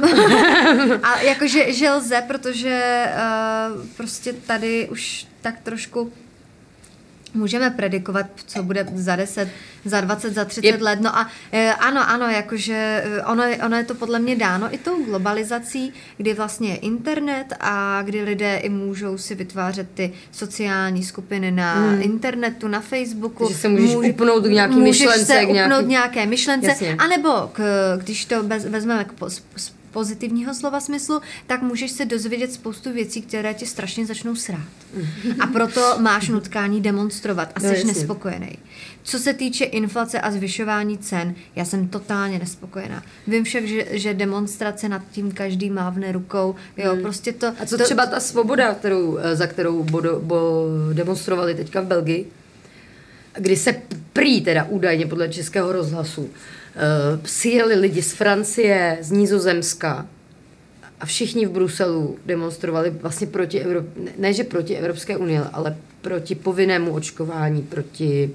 A jakože že lze, protože prostě tady už tak trošku můžeme predikovat, co bude za 10, za 20, za 30 let. No a ano, jakože ono je to podle mě dáno i tou globalizací, kdy vlastně je internet a kdy lidé i můžou si vytvářet ty sociální skupiny na internetu, na Facebooku. Takže se můžeš upnout k nějaký myšlence. Můžeš se upnout nějaké myšlence. Jasně. Anebo když to vezmeme pozitivního slova smyslu, tak můžeš se dozvědět spoustu věcí, které tě strašně začnou srát. A proto máš nutkání demonstrovat a jsi nespokojený. Co se týče inflace a zvyšování cen, já jsem totálně nespokojená. Vím však, že demonstrace nad tím každý mávne rukou. Jo, prostě to... A co třeba ta svoboda, za kterou demonstrovali teďka v Belgii, kdy se prý teda údajně podle Českého rozhlasu přijeli lidi z Francie, z Nizozemska a všichni v Bruselu demonstrovali vlastně proti proti Evropské unii, ale proti povinnému očkování, proti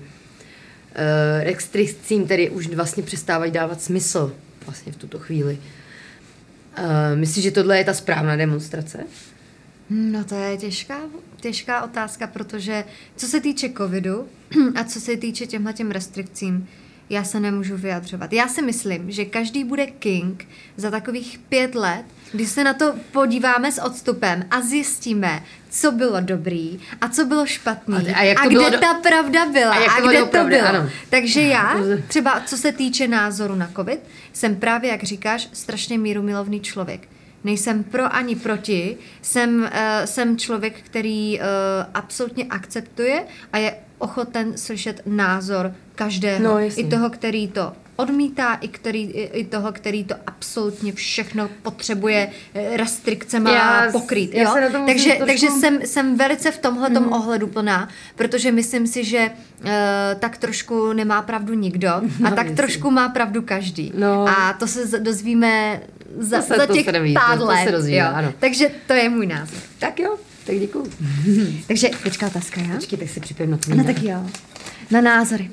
restrikcím, které už vlastně přestávají dávat smysl vlastně v tuto chvíli. Myslíš, že tohle je ta správná demonstrace? No to je těžká otázka, protože co se týče covidu a co se týče těmhletěm restrikcím, já se nemůžu vyjadřovat. Já si myslím, že každý bude king za takových 5 let, když se na to podíváme s odstupem a zjistíme, co bylo dobrý a co bylo špatný a kde ta pravda byla a kde to bylo. Ano. Takže já, třeba co se týče názoru na covid, jsem právě, jak říkáš, strašně mírumilovný člověk. Nejsem pro ani proti, jsem člověk, který absolutně akceptuje a je ochoten slyšet názor každého. I toho, který to odmítá, i toho, který to absolutně všechno potřebuje restrikcema pokrýt. Jo? Takže jsem velice v tomhletom ohledu plná, protože myslím si, že tak trošku nemá pravdu nikdo a tak trošku má pravdu každý. No. A to se dozvíme za těch pár let. Takže to je můj názor. Tak jo. Tak děkuju. Takže počká otázka, já? Počkej, tak si připravím na tvůj názor. Tak jo. Na názory.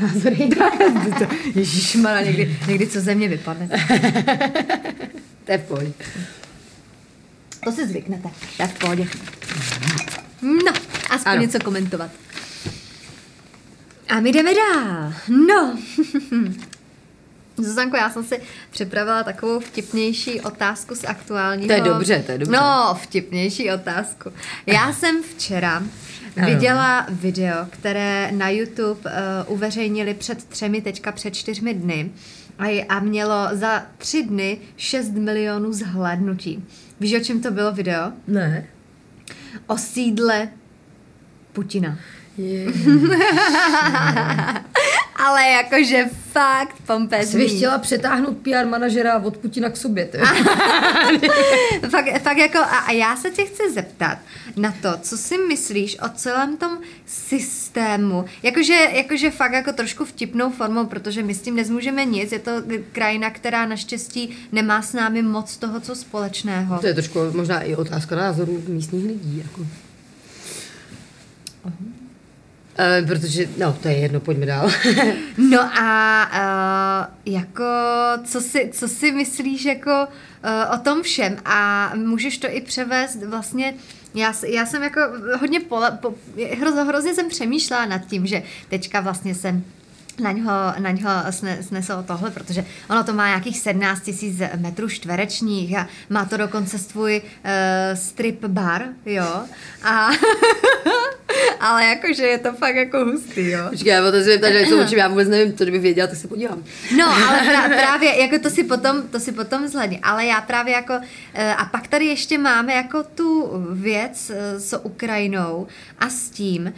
Ježišmana, někdy co ze mě vypadne. To je v pohodě. To si zvyknete. To je v pohodě. No, aspoň něco komentovat. A my jdeme dál. No. Zuzanko, já jsem si připravila takovou vtipnější otázku z aktuálního... To je dobře. No, vtipnější otázku. Já jsem včera viděla video, které na YouTube uveřejnili před 4 dny a mělo za 3 dny 6 milionů zhlédnutí. Víš, o čem to bylo video? Ne. O sídle Putina. Ale jakože fakt pompezní. Jsi bych chtěla přetáhnout PR manažera od Putina k sobě. fakt jako, a já se tě chci zeptat na to, co si myslíš o celém tom systému. Jakože fakt jako trošku vtipnou formou, protože my s tím nezmůžeme nic. Je to krajina, která naštěstí nemá s námi moc toho, co společného. To je trošku možná i otázka názoru místních lidí. Jako. Protože, no, to je jedno, pojďme dál. No a jako, co si myslíš jako o tom všem a můžeš to i převést vlastně, já jsem jako hodně hrozně jsem přemýšlela nad tím, že teďka vlastně jsem na něho sneslo tohle, protože ono to má nějakých 17 000 metrů čtverečních a má to dokonce svůj strip bar, jo, a ale jakože je to fakt jako hustý, jo. Počkej, já to si vyptám, že co učím, já vůbec nevím, to kdybych věděla, tak se podívám. No, ale právě, jako to si potom zhledni, ale já právě jako, a pak tady ještě máme jako tu věc s Ukrajinou a s tím,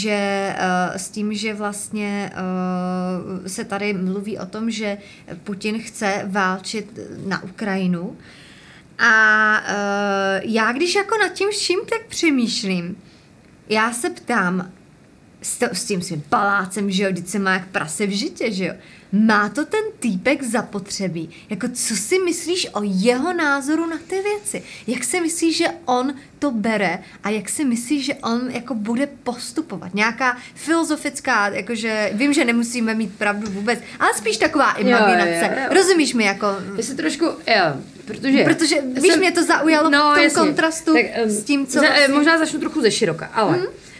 že vlastně se tady mluví o tom, že Putin chce válčit na Ukrajinu a já když jako nad tím vším tak přemýšlím, já se ptám, s tím svým palácem, že jo, vždyť se má jak prase v žitě, že jo. Má to ten týpek zapotřebí? Jako co si myslíš o jeho názoru na ty věci? Jak si myslíš, že on to bere a jak si myslíš, že on jako bude postupovat? Nějaká filozofická, jakože vím, že nemusíme mít pravdu vůbec, ale spíš taková imaginace. Jo. Rozumíš mi jako... Jestli trošku, jo, protože víš, mě to zaujalo v tom kontrastu tak, s tím, co... Možná začnu trochu ze široka, ale...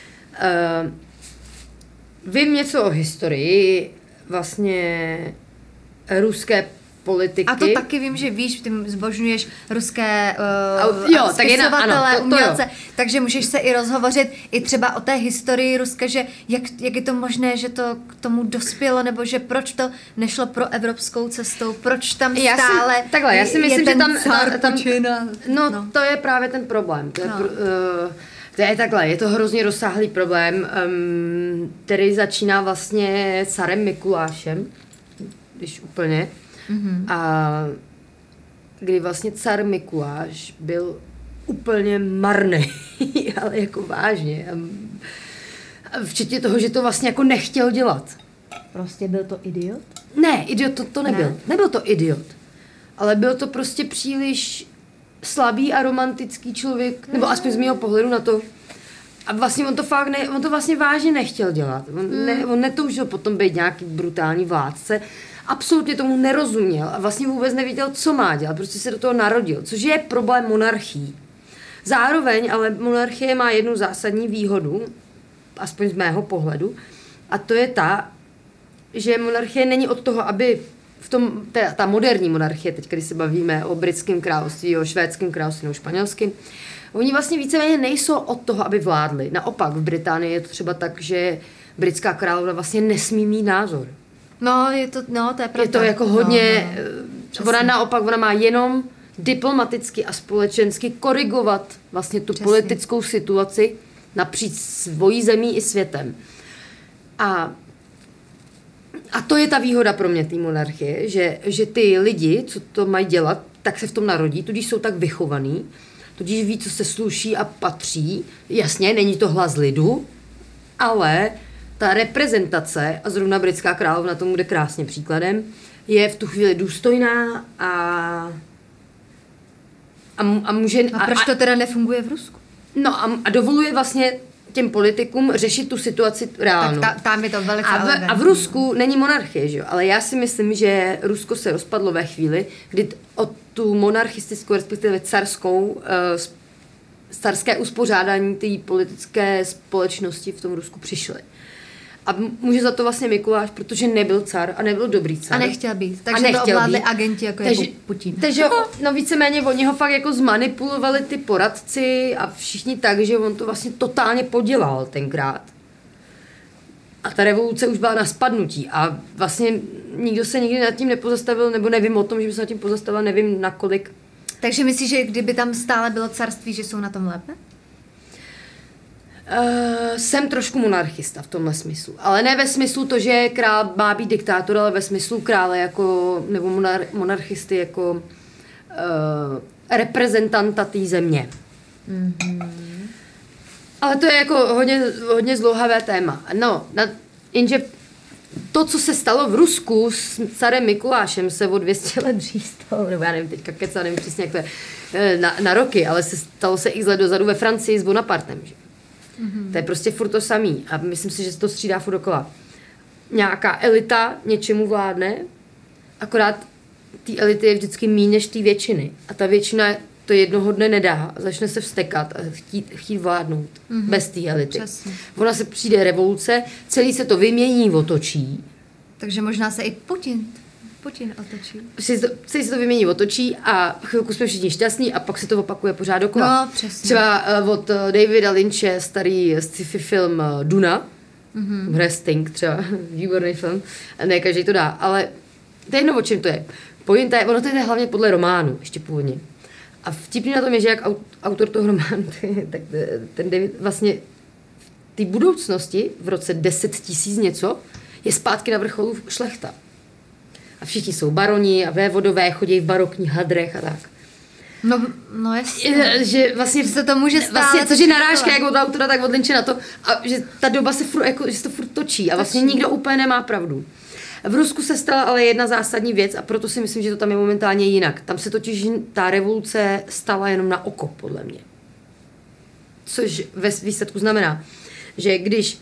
Vím něco o historii vlastně ruské politiky. A to taky vím, že víš, ty zbožňuješ ruské spisovatele, umělce, takže můžeš se i rozhovořit i třeba o té historii Ruska, že jak je to možné, že to k tomu dospělo, nebo že proč to nešlo pro evropskou cestou, proč tam stále já si myslím, že tam Putina. No, to je právě ten problém. To je takhle, je to hrozně rozsáhlý problém, který začíná vlastně carem Mikulášem, když úplně. Mm-hmm. A kdy vlastně car Mikuláš byl úplně marný, ale jako vážně. Včetně toho, že to vlastně jako nechtěl dělat. Prostě byl to idiot? Ne, idiot to nebyl. Ne. Nebyl to idiot. Ale byl to prostě příliš slabý a romantický člověk, nebo aspoň z mého pohledu na to. A vlastně on to vlastně vážně nechtěl dělat. On netoužil potom být nějaký brutální vládce. Absolutně tomu nerozuměl a vlastně vůbec nevěděl, co má dělat. Prostě se do toho narodil, což je problém monarchií. Zároveň ale monarchie má jednu zásadní výhodu, aspoň z mého pohledu, a to je ta, že monarchie není od toho, aby ta moderní monarchie, teď když se bavíme o britském království, o švédském království, o španělském, oni vlastně víceméně nejsou od toho, aby vládli. Naopak v Británii je to třeba tak, že britská královna vlastně nesmí mít názor. No, to je pravda. Je to jako hodně, ona naopak, ona má jenom diplomaticky a společensky korigovat vlastně tu politickou situaci napříč svojí zemí i světem. A to je ta výhoda pro mě té monarchie, že ty lidi, co to mají dělat, tak se v tom narodí, tudíž jsou tak vychovaný, tudíž ví, co se sluší a patří. Jasně, není to hlas lidu, ale ta reprezentace, a zrovna britská královna tomu bude krásně příkladem, je v tu chvíli důstojná a může... A proč to teda nefunguje v Rusku? No a dovoluje vlastně těm politikům řešit tu situaci reálnou. Tak tam je to velice a v Rusku není monarchie, že jo? Ale já si myslím, že Rusko se rozpadlo ve chvíli, kdy o tu monarchistickou, respektive carské uspořádání té politické společnosti v tom Rusku přišly. A může za to vlastně Mikuláš, protože nebyl car a nebyl dobrý car. A nechtěl být. Takže to ovládli agenti jako Putin. Takže no víceméně oni ho fakt jako zmanipulovali ty poradci a všichni tak, že on to vlastně totálně podělal tenkrát. A ta revoluce už byla na spadnutí a vlastně nikdo se nikdy nad tím nepozastavil, nebo nevím o tom, že by se nad tím pozastavil, nevím nakolik. Takže myslíš, že kdyby tam stále bylo carství, že jsou na tom lépe? Jsem trošku monarchista v tomhle smyslu. Ale ne ve smyslu to, že král má být diktátor, ale ve smyslu krále jako, nebo monarchisty jako reprezentanta té země. Mm-hmm. Ale to je jako hodně zdlouhavé téma. No, jenže to, co se stalo v Rusku s carem Mikulášem, se o 200 let dřív stalo, nebo já nevím teďka keca, nevím přesně, jak to je, na roky, ale stalo se x let dozadu ve Francii s Bonapartem, že? Mm-hmm. To je prostě furt to samý a myslím si, že se to střídá furt dokola. Nějaká elita něčemu vládne, akorát té elity je vždycky méně než té většiny a ta většina to jednoho dne nedá a začne se vztekat a chtít vládnout bez té elity. Přesně. Ona se přijde revoluce, celý se to vymění, otočí. Takže možná se i Putin otočí. Celý se to vymění, otočí a chvilku jsme všichni šťastní a pak se to opakuje pořád dokola. No, přesně. Třeba od Davida Lynche starý sci-fi film Duna, Resting třeba, výborný film, ne každý to dá, ale to je jedno, o čem to je. Pointa je, ono to je hlavně podle románu, ještě původně. A vtipný na tom je, že jak autor toho románu, tak ten David vlastně v té budoucnosti v roce 10 000 něco je zpátky na vrcholu šlechta. A všichni jsou baroni a vévodové, chodí v barokních hadrech a tak. No jasně. Že vlastně se to může stát. Vlastně, což je narážka jak od autora, tak od Lynche na to, a že ta doba se furt, jako, že se to furt točí a vlastně nikdo úplně nemá pravdu. V Rusku se stala ale jedna zásadní věc a proto si myslím, že to tam je momentálně jinak. Tam se totiž ta revoluce stala jenom na oko, podle mě. Což ve výsledku znamená, že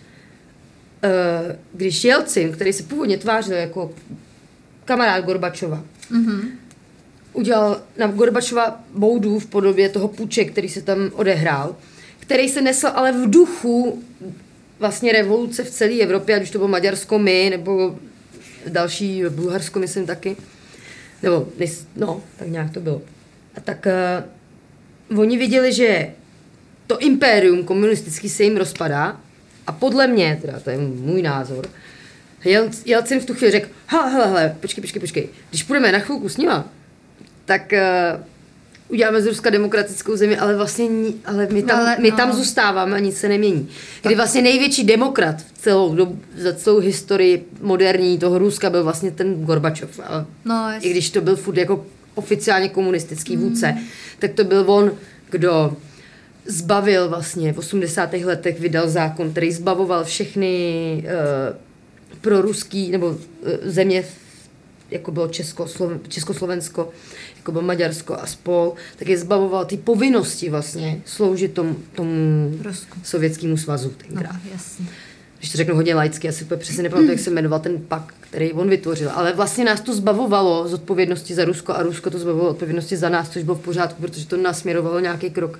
když Jelcin, který se původně tvářil jako kamarád Gorbačova, udělal na Gorbačova boudu v podobě toho puče, který se tam odehrál, který se nesl ale v duchu vlastně revoluce v celé Evropě, ať už to bylo Maďarsko, my, nebo další Bulharsko, myslím taky. Nebo, tak nějak to bylo. A tak oni viděli, že to impérium komunistický se jim rozpadá a podle mě, teda to je můj názor, Jelcin v tu chvíli řekl, hele, počkej, když půjdeme na chvilku s nima, tak uděláme z Ruska demokratickou zemi, ale vlastně my tam zůstáváme a nic se nemění. Kdy vlastně největší demokrat za celou historii moderní toho Ruska byl vlastně ten Gorbačov. I když to byl furt jako oficiálně komunistický vůdce, tak to byl on, kdo zbavil vlastně v 80. letech vydal zákon, který zbavoval všechny proruský nebo země, jako bylo Československo, jako bylo Maďarsko a spol, tak je zbavoval ty povinnosti vlastně sloužit tomu Sovětskému svazu tenkrát. No, jasně. Když to řeknu hodně laicky, já si úplně přesně nepamatuji, jak se jmenoval ten pakt, který on vytvořil, ale vlastně nás to zbavovalo z odpovědnosti za Rusko a Rusko to zbavovalo odpovědnosti za nás, což bylo v pořádku, protože to nasměrovalo nějaký krok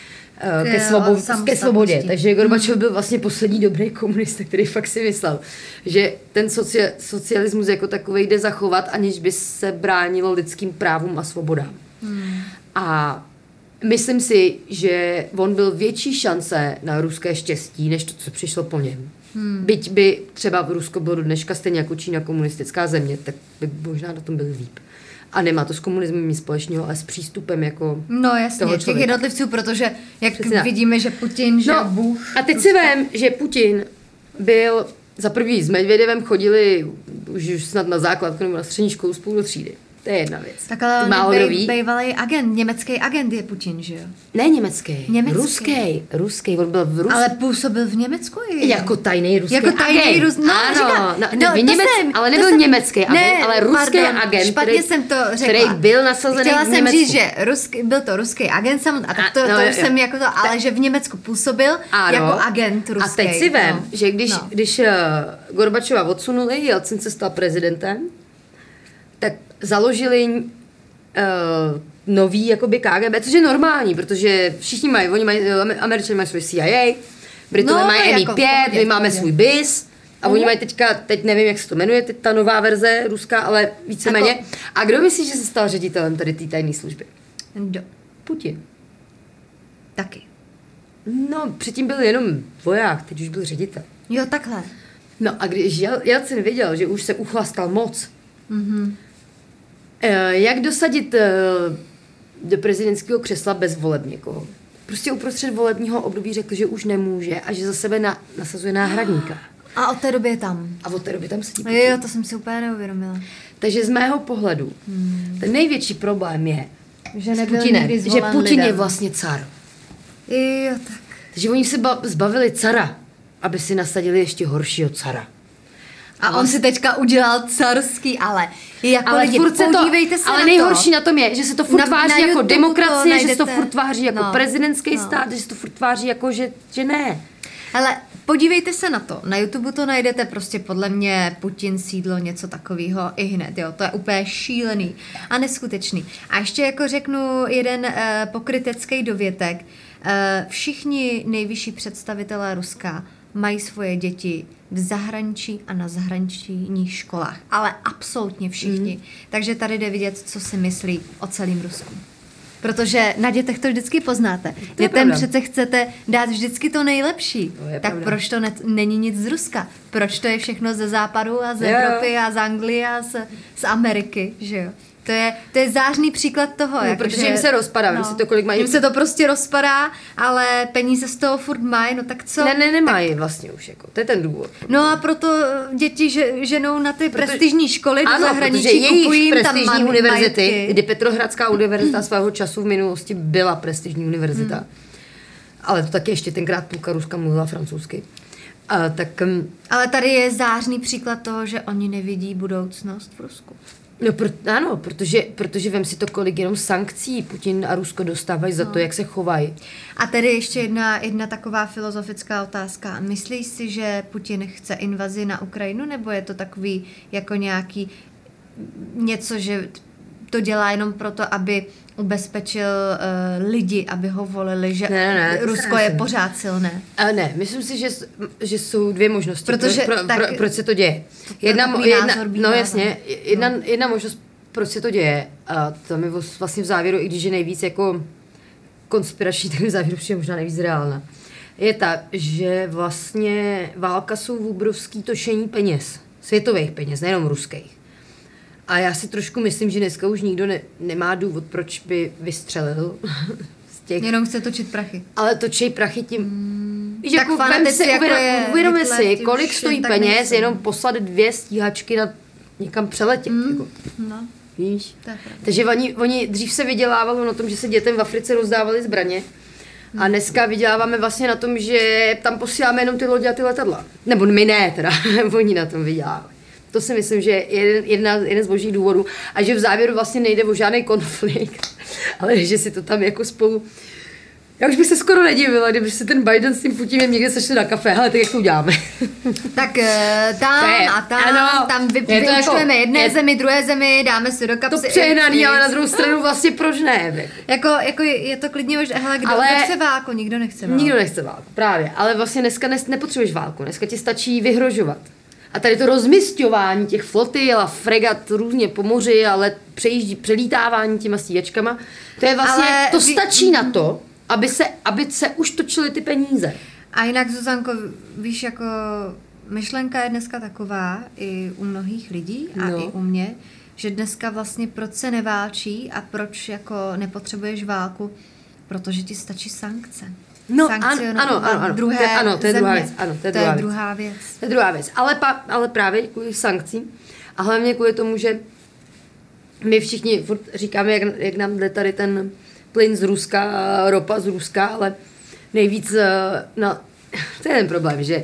ke svobodě. Takže Gorbačov byl vlastně poslední dobrý komunista, který fakt si myslel, že ten socialismus jako takovej jde zachovat, aniž by se bránilo lidským právům a svobodám. A myslím si, že on byl větší šance na ruské štěstí, než to, co přišlo po něm. Byť by třeba v Rusko bylo do dneška stejně jako Čína komunistická země, tak by možná na tom byl líp. A nemá to s komunismem nic společného, ale s přístupem jako no jasně, těch jednotlivců, protože jak vidíme, že Putin, že Bůh. A teď si vem, že Putin byl za prvý s Medvěděvem chodili už snad na základku nebo na střední školu spolu do třídy. To je jedna věc. Tak ale bývalý agent, německý agent je Putin, že jo? Ne německý. Ruský, on byl v Rusku. Ale působil v Německu jako tajný ruský agent. Ale nebyl německý agent, ale ruský agent, špatně jsem to řekla. Který byl nasazený Chtěla v Německu. jsem říct, že byl to ruský agent a tak to už jsem jako to, ale že v Německu působil jako agent ruský. A teď si vem, že když Gorbačova odsunuli, Jelcin se stal prezidentem, tak založili nový jakoby KGB, což je normální, protože všichni mají, Američané mají svůj CIA, Britové mají MI5, my máme svůj BIS, A oni mají teď nevím, jak se to jmenuje, teď ta nová verze ruská, ale víceméně. A kdo myslí, že se stal ředitelem tady té tajné služby? Kdo? Putin. Taky. No, předtím byl jenom voják, teď už byl ředitel. Jo, takhle. No a když Jelcin viděl, že už se uchlastal moc, jak dosadit do prezidentského křesla bez voleb někoho? Prostě uprostřed volebního období řekl, že už nemůže a že za sebe nasazuje náhradníka. A od té doby je tam. A od té doby tam sedí Putin. Jo, to jsem si úplně neuvědomila. Takže z mého pohledu ten největší problém je Že s nebyl Putinem, nikdy že zvolen Putin je lidem. vlastně car. Jo, tak. Takže oni se zbavili cara, aby si nasadili ještě horšího cara. A on si teďka udělal carský, ale jako Ale lidi, furt se podívejte se ale na nejhorší to. na tom je, že se to furt tváří na jako YouTube demokracie, to že se to najdete. furt tváří jako No. prezidentský No. stát, že se to furt tváří jako, že ne. Ale podívejte se na to. Na YouTube to najdete prostě podle mě Putin sídlo něco takového i hned, jo. To je úplně šílený a neskutečný. A ještě jako řeknu jeden pokrytecký dovětek. Všichni nejvyšší představitelé Ruska mají svoje děti v zahraničí a na zahraničních školách. Ale absolutně všichni. Takže tady jde vidět, co si myslí o celém Rusku. Protože na dětech to vždycky poznáte. Dětem pravda. přece chcete dát vždycky to nejlepší. To je tak pravda. proč to není nic z Ruska? Proč to je všechno ze západu a z Jo. Evropy a z Anglie a z Ameriky, že jo? To je zářný příklad toho. No, protože jim se rozpadá, vem si to, kolik mají. Jim se to prostě rozpadá, ale peníze z toho furt mají, no tak co? Nemají vlastně už, jako. To je ten důvod. No a proto děti ženou na ty prestižní školy do Ano, zahraničí, protože kupují jejich jim tam prestižní univerzity, majetky. kdy Petrohradská univerzita svého času v minulosti byla prestižní univerzita. Ale to taky ještě tenkrát půlka Ruska mluvila francouzsky. Tak Ale tady je zářný příklad toho, že oni nevidí budoucnost v Rusku. no, ano, protože vem si to, kolik jenom sankcí Putin a Rusko dostávají za to, jak se chovají. A tady ještě jedna taková filozofická otázka. Myslíš si, že Putin chce invazi na Ukrajinu, nebo je to takový jako nějaký něco, že to dělá jenom proto, aby ubezpečil lidi, aby ho volili, že Ne, to Rusko si je nemyslím. pořád silné? Ne, myslím si, že jsou dvě možnosti, Protože proč se to děje. je takový názor bývá, no jasně, jedna možnost, proč se to děje, a to mi vlastně v závěru, i když je nejvíc jako konspirační, tak v závěru přijde možná nejvíc reálná, je ta, že vlastně válka jsou v obrovský točení peněz, světových peněz, nejenom ruských. A já si trošku myslím, že dneska už nikdo nemá důvod, proč by vystřelil z těch. Jenom chce točit prachy. Ale točí prachy tím. Víš, Tak jako fanatici, jako je uvědomme Hitler, si, ti kolik už stojí jen tak peněz, nejsou. jenom poslat 2 stíhačky na někam přeletět. Jako, No, víš? to je pravda. Takže oni dřív se vydělávalo na tom, že se dětem v Africe rozdávali zbraně. A dneska vyděláváme vlastně na tom, že tam posíláme jenom ty lodě a ty letadla. Nebo my ne, teda, oni na tom vydělávají. To si myslím, že je jeden z božích důvodů. A že v závěru vlastně nejde o žádný konflikt, ale že si to tam jako spolu... Já už bych se skoro nedivila, kdyby se ten Biden s tím Putinem někde sešli na kafe, ale tak jak to uděláme. Tak tam To je- a tam, ano, tam je to vyúčtujeme jako- jedné je- zemi, druhé zemi, dáme si do kapsy. To přehnaný, ale na druhou stranu vlastně proč ne? Jako je to klidně už, hele, kdo Ale- nechce válku, nikdo nechce válku. Nikdo nechce válku, právě. Ale vlastně dneska nepotřebuješ válku, dneska ti stačí vyhrožovat. A tady to rozmisťování těch flotil a fregat různě po moři, ale přelítávání těma stíhačkama, to je vlastně, Ale to stačí na to, aby se už točily ty peníze. A jinak, Zuzanko, víš, jako myšlenka je dneska taková i u mnohých lidí a No. i u mě, že dneska vlastně proč se neválčí a proč jako nepotřebuješ válku, protože ti stačí sankce. No, Sankcionovat ano. druhé To je druhá země. věc. Ano, to je druhá druhá věc. To je druhá věc. Ale právě kvůli sankcím a hlavně kvůli tomu, že my všichni furt říkáme, jak nám jde tady ten plyn z Ruska, ropa z Ruska, ale nejvíc, to je ten problém, že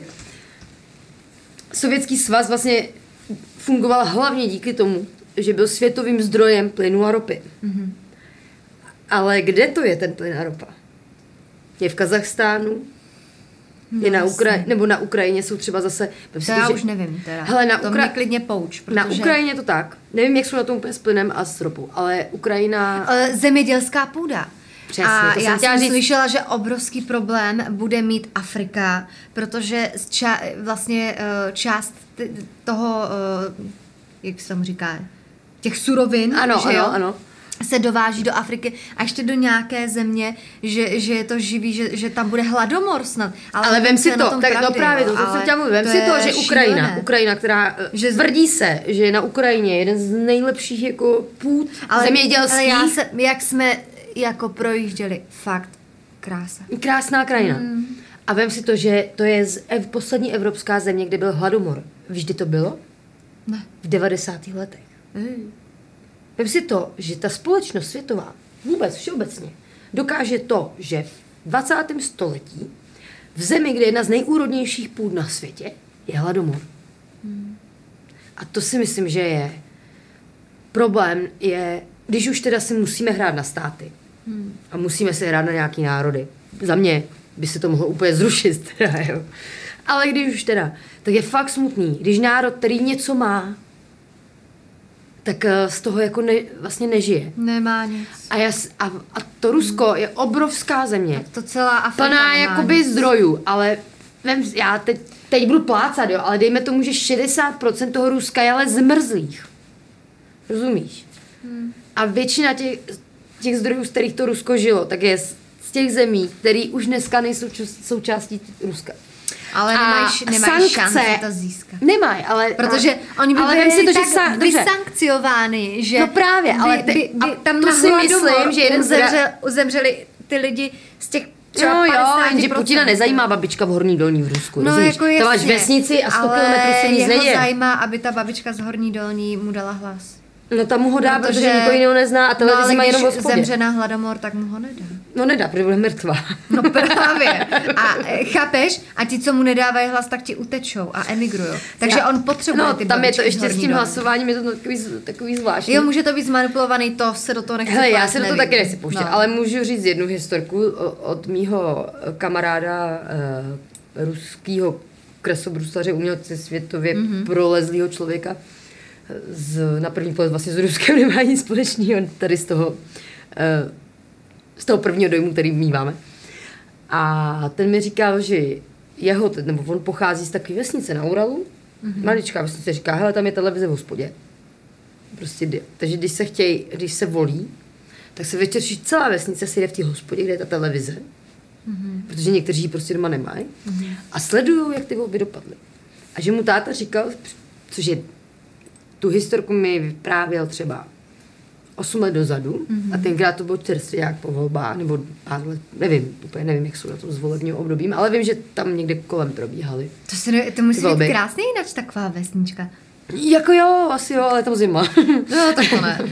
Sovětský svaz vlastně fungoval hlavně díky tomu, že byl světovým zdrojem plynu a ropy. Mm-hmm. Ale kde to je ten plyn a ropa? Je v Kazachstánu, je na Ukrajině, nebo na Ukrajině jsou třeba zase... To já už nevím teda. Hele, to mě klidně pouč, protože... Na Ukrajině je to tak. Nevím, jak jsou na tom úplně s plynem a s ropou, ale Ukrajina... Zemědělská půda. Přesně, A to já jsem chtěla jsem říct. slyšela, že obrovský problém bude mít Afrika, protože část toho, jak se tam říká, těch surovin, Ano, že jo? ano. Se dováží do Afriky a ještě do nějaké země, že je to živý, že tam bude hladomor snad. Ale vem si to, tak no právě to, co jsem chtěla mluvit, vem si to, že Ukrajina, která tvrdí se, že je na Ukrajině jeden z nejlepších jako půd zemědělských. Ale jak jsme jako projížděli, fakt krása. Krásná krajina. A vem si to, že to je poslední evropská země, kde byl hladomor. Víš, kdy to bylo? Ne. V 90. letech. Vem si to, že ta společnost světová, vůbec všeobecně, dokáže to, že v 20. století v zemi, kde je jedna z nejúrodnějších půd na světě, je hladomor. A to si myslím, že je problém, když už teda si musíme hrát na státy a musíme se hrát na nějaký národy. Za mě by se to mohlo úplně zrušit, teda, jo. Ale když už teda, tak je fakt smutný, když národ, který něco má, tak z toho jako vlastně nežije. Nemá nic. A to Rusko je obrovská země. To celá Afrika plná jakoby zdrojů, ale já teď budu plácat, jo, ale dejme tomu, že 60% toho Ruska je ale zmrzlých. Rozumíš? A většina těch zdrojů, z kterých to Rusko žilo, tak je z těch zemí, které už dneska nejsou součástí Ruska. Ale nemáš šanci to získat. Nemají, ale... Protože oni by byli si to, tak vysankciovány, že... No právě, ale tam to si myslím, že jeden uzemřeli ty lidi z těch třeba 50%. Že Putina nezajímá babička v Horní Dolní v Rusku, no, rozumíš? Jako to máš vesnici a 100 kilometrů se nic neděje. Ale zajímá, aby ta babička z Horní Dolní mu dala hlas. No tam mu ho dá, protože nikoho jiného nezná a televizi má jenom v hospodě. Zemře na hladomor, tak mu ho nedá. No nedá, protože bude mrtvá. No právě. A chápeš? A ti, co mu nedávají hlas, tak ti utečou a emigrujou. Takže on potřebuje ty tam je to ještě s tím Dolní. hlasováním, je to takový zvláštní. Jo, může to být zmanipulovaný, to se do toho nechci. Hele, já se do toho taky nechci pouštět, ale můžu říct jednu historku od mýho kamaráda ruského kresobruslaře, umělce světově prolezlýho člověka, na první pohled vlastně s Ruskem nemá nic společného tady z toho prvního dojmu, který míváme. A ten mi říkal, že on pochází z takové vesnice na Uralu, maličká vesnice, říká, hele, tam je televize v hospodě. Prostě, takže když se volí, tak se večer celá vesnice si jde v té hospodě, kde je ta televize, protože někteří ji prostě doma nemají, a sledují, jak ty volby dopadly. A že mu táta říkal, což je tu historku mi vyprávěl třeba 8 let dozadu a tenkrát to byl čerstvě po volbách, nebo úplně nevím, jak jsou na tom s volebním obdobím, ale vím, že tam někde kolem probíhaly. To musí být krásný jinak taková vesnička. Jako jo, asi jo, ale tam zima. No, tak to ne.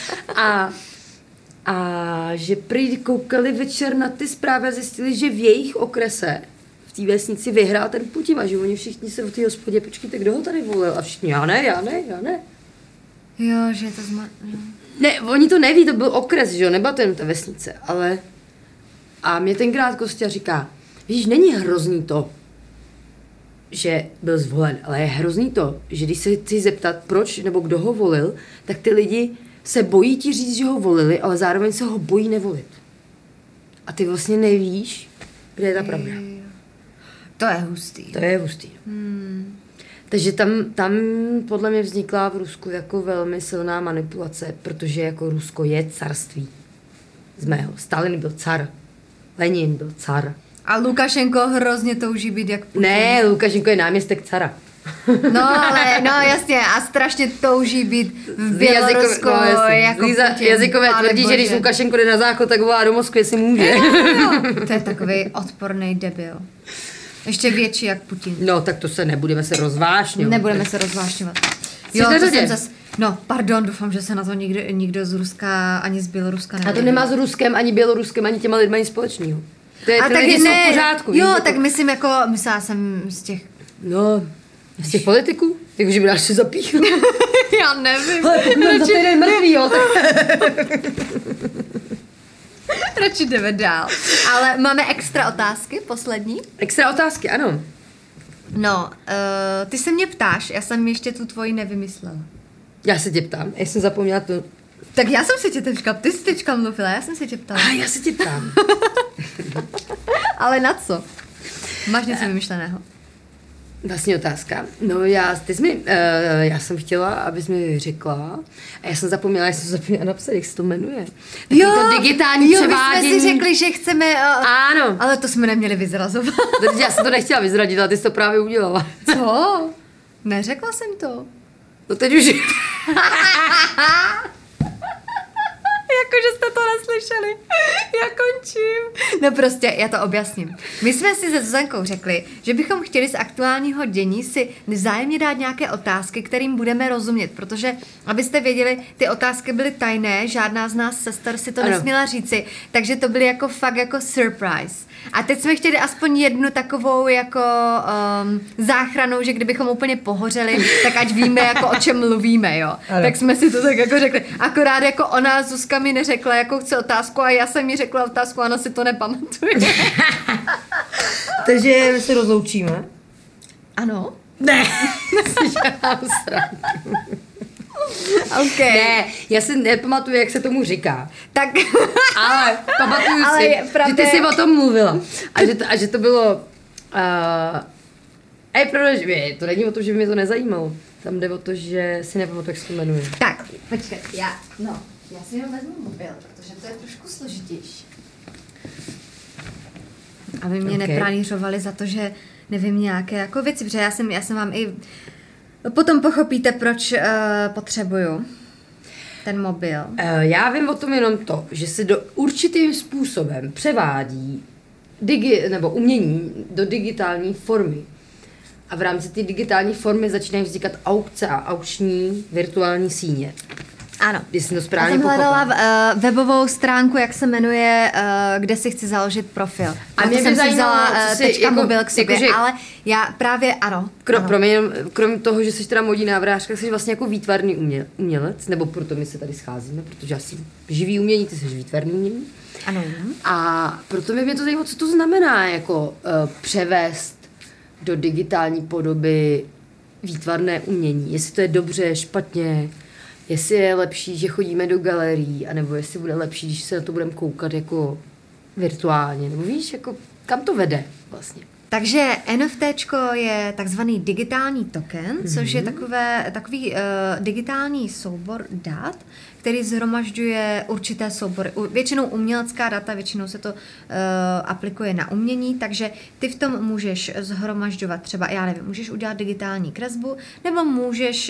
A že prý koukali večer na ty zprávy a zjistili, že v jejich okrese v té vesnici vyhrál ten Putin a že oni všichni se v té hospodě, počkejte, kdo ho tady volil? A všichni, já ne. Jo, že je to Ne, oni to neví, to byl okres, že jo, nebyla to jen ta vesnice, ale... A mě tenkrát Kostya říká, víš, není hrozný to, že byl zvolen, ale je hrozný to, že když se chci zeptat, proč nebo kdo ho volil, tak ty lidi se bojí ti říct, že ho volili, ale zároveň se ho bojí nevolit. A ty vlastně nevíš, kde je ta pravda. To je hustý. Takže tam podle mě vznikla v Rusku jako velmi silná manipulace, protože jako Rusko je carství. Z mého. Stalin byl car. Lenin byl car. A Lukašenko hrozně touží být jak Putin. Ne, Lukašenko je náměstek cara. No jasně, a strašně touží být v Bělorusku jako Putin. Jazykové tvrdí, že když Lukašenko jde na záchod, tak volá do Moskvy, jestli může. Jo. To je takový odporný debil. Ještě větší jak Putin. No, tak to nebudeme se rozvášňovat. Nebudeme se rozvášňovat. Jo, to jsem zas... No, pardon, doufám, že se na to nikdo z Ruska ani z Běloruska nebude. A to nemá s Ruskem, ani Běloruskem, ani těma lidma nic společného. To je, ty lidi jsou v pořádku. Jo, tak myslím myslela jsem z těch... No, z těch politiků? Jakože by nás se zapíchnu. Já nevím. Ale pokud mám za týden mrtvý, jo, tak... Radši jdeme dál. Ale máme extra otázky, poslední? Extra otázky, ano. No, ty se mě ptáš, já jsem ještě tu tvoji nevymyslela. Já se tě ptám, já jsem zapomněla to Tak já jsem se tě teďka, ty jsi teďka mluvila, já jsem se tě ptala. Já se tě ptám. Ale na co? Máš něco vymyšleného? Vlastně otázka. No já jsem chtěla, abys mi řekla, a já jsem zapomněla napsat, jak se to jmenuje. Jo, to digitální převádění. my jsme si řekli, že chceme... Ano. Ale to jsme neměli vyzrazovat. Já jsem to nechtěla vyzradit, ale ty jsi to právě udělala. Co? Neřekla jsem to. No teď už... Jakože jste to neslyšeli. Já končím. No prostě, já to objasním. My jsme si se Zuzankou řekli, že bychom chtěli z aktuálního dění si vzájemně dát nějaké otázky, kterým budeme rozumět, protože, abyste věděli, ty otázky byly tajné, žádná z nás sester si to nesměla říci, takže to byly jako fakt jako surprise. A teď jsme chtěli aspoň jednu takovou jako záchranou, že kdybychom úplně pohořeli, tak ať víme, jako o čem mluvíme, jo. Ano. Tak jsme si to tak jako řekli. Akorát jako ona, Zuzka mi neřekla, jako chce otázku a já jsem jí řekla otázku a ona si to nepamatuje. Takže my se rozloučíme? Ano. Ne. Dělám srandu. Okay. Ne, já si nepamatuju, jak se tomu říká. Tak. Ale pamatuju si, že ty jsi o tom mluvila. A že to bylo... je pravda, že to není o tom, že by mě to nezajímalo. Tam jde o to, že si nepamatuju, jak se to jmenuje. Tak, počkej, já si ho vezmu mobil, protože to je trošku složitější. Aby mě nepranířovali za to, že nevím nějaké jako věci, protože já jsem vám i... Potom pochopíte, proč potřebuju ten mobil. Já vím o tom jenom to, že se určitým způsobem převádí nebo umění do digitální formy. A v rámci té digitální formy začínají vznikat aukce a aukční virtuální síně. Ano. Když jsem to správně pochopila. Já jsem hledala webovou stránku, jak se jmenuje, kde si chci založit profil. A mě jsem by si vzala teďka jako, mobil k sobě, jako, ale já právě ano. Krom toho, že jsi teda modní návrhářka, jsi vlastně jako výtvarný umělec, nebo proto my se tady scházíme, protože já jsem živý umění, ty jsi výtvarný umění. Ano. A proto mě to zajímalo, co to znamená, jako převést do digitální podoby výtvarné umění. Jestli to je dobře, špatně, jestli je lepší, že chodíme do galerií, anebo jestli bude lepší, když se na to budeme koukat jako virtuálně. Nebo víš, jako kam to vede vlastně. Takže NFTčko je takzvaný digitální token, což je takový digitální soubor dat, který zhromažďuje určité soubory. Většinou umělecká data, většinou se to aplikuje na umění, takže ty v tom můžeš zhromažďovat třeba, já nevím, můžeš udělat digitální kresbu, nebo můžeš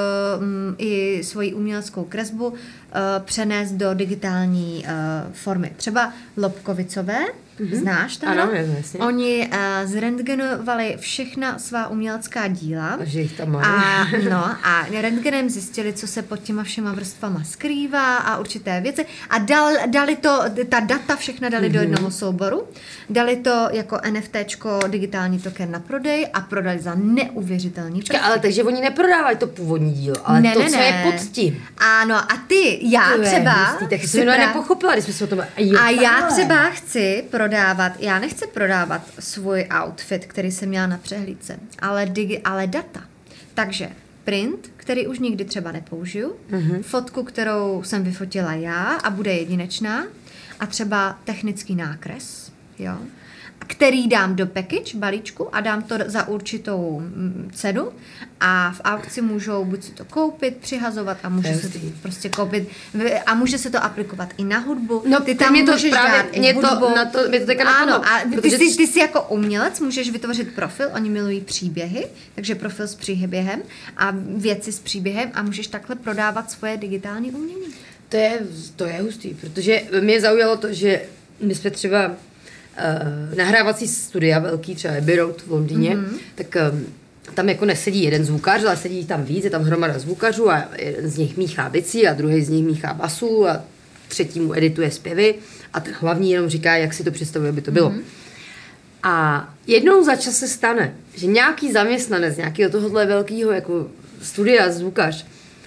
i svoji uměleckou kresbu přenést do digitální formy. Třeba Lobkovicové, znáš to? Ano, jasně. Oni zrentgenovali všechna svá umělecká díla. A že jich tam mají. A rentgenem zjistili, co se pod těma všema vrstvama skrývá a určité věci. A dali to, ta data všechna dali do jednoho souboru. Dali to jako NFTčko, digitální token na prodej a prodali za neuvěřitelný peníze. Ale takže oni neprodávají to původní dílo, ale co je pod tím. Ano, a já jsem nepochopila, když jsme se o tom... Já třeba chci já nechci prodávat svůj outfit, který jsem měla na přehlídce, ale data. Takže print, který už nikdy třeba nepoužiju, fotku, kterou jsem vyfotila já a bude jedinečná, a třeba technický nákres, jo, který dám do package, balíčku, a dám to za určitou cenu a v aukci můžou buď si to koupit, přihazovat a může se to prostě koupit a může se to aplikovat i na hudbu. No, ty tam můžeš dát i hudbu. Mě to teďka ano, a ty jsi jako umělec, můžeš vytvořit profil, oni milují příběhy, takže profil s příběhem a věci s příběhem a můžeš takhle prodávat svoje digitální umění. To je hustý, protože mě zaujalo to, že my jsme třeba nahrávací studia velký, třeba Abbey Road v Londýně, tak tam jako nesedí jeden zvukař, ale sedí tam víc, je tam hromada zvukařů a jeden z nich míchá bicí a druhý z nich míchá basu a třetí mu edituje zpěvy a ten hlavní jenom říká, jak si to představuje, aby to bylo. A jednou za čas se stane, že nějaký zaměstnanec nějakého tohohle velkého jako studia zvukař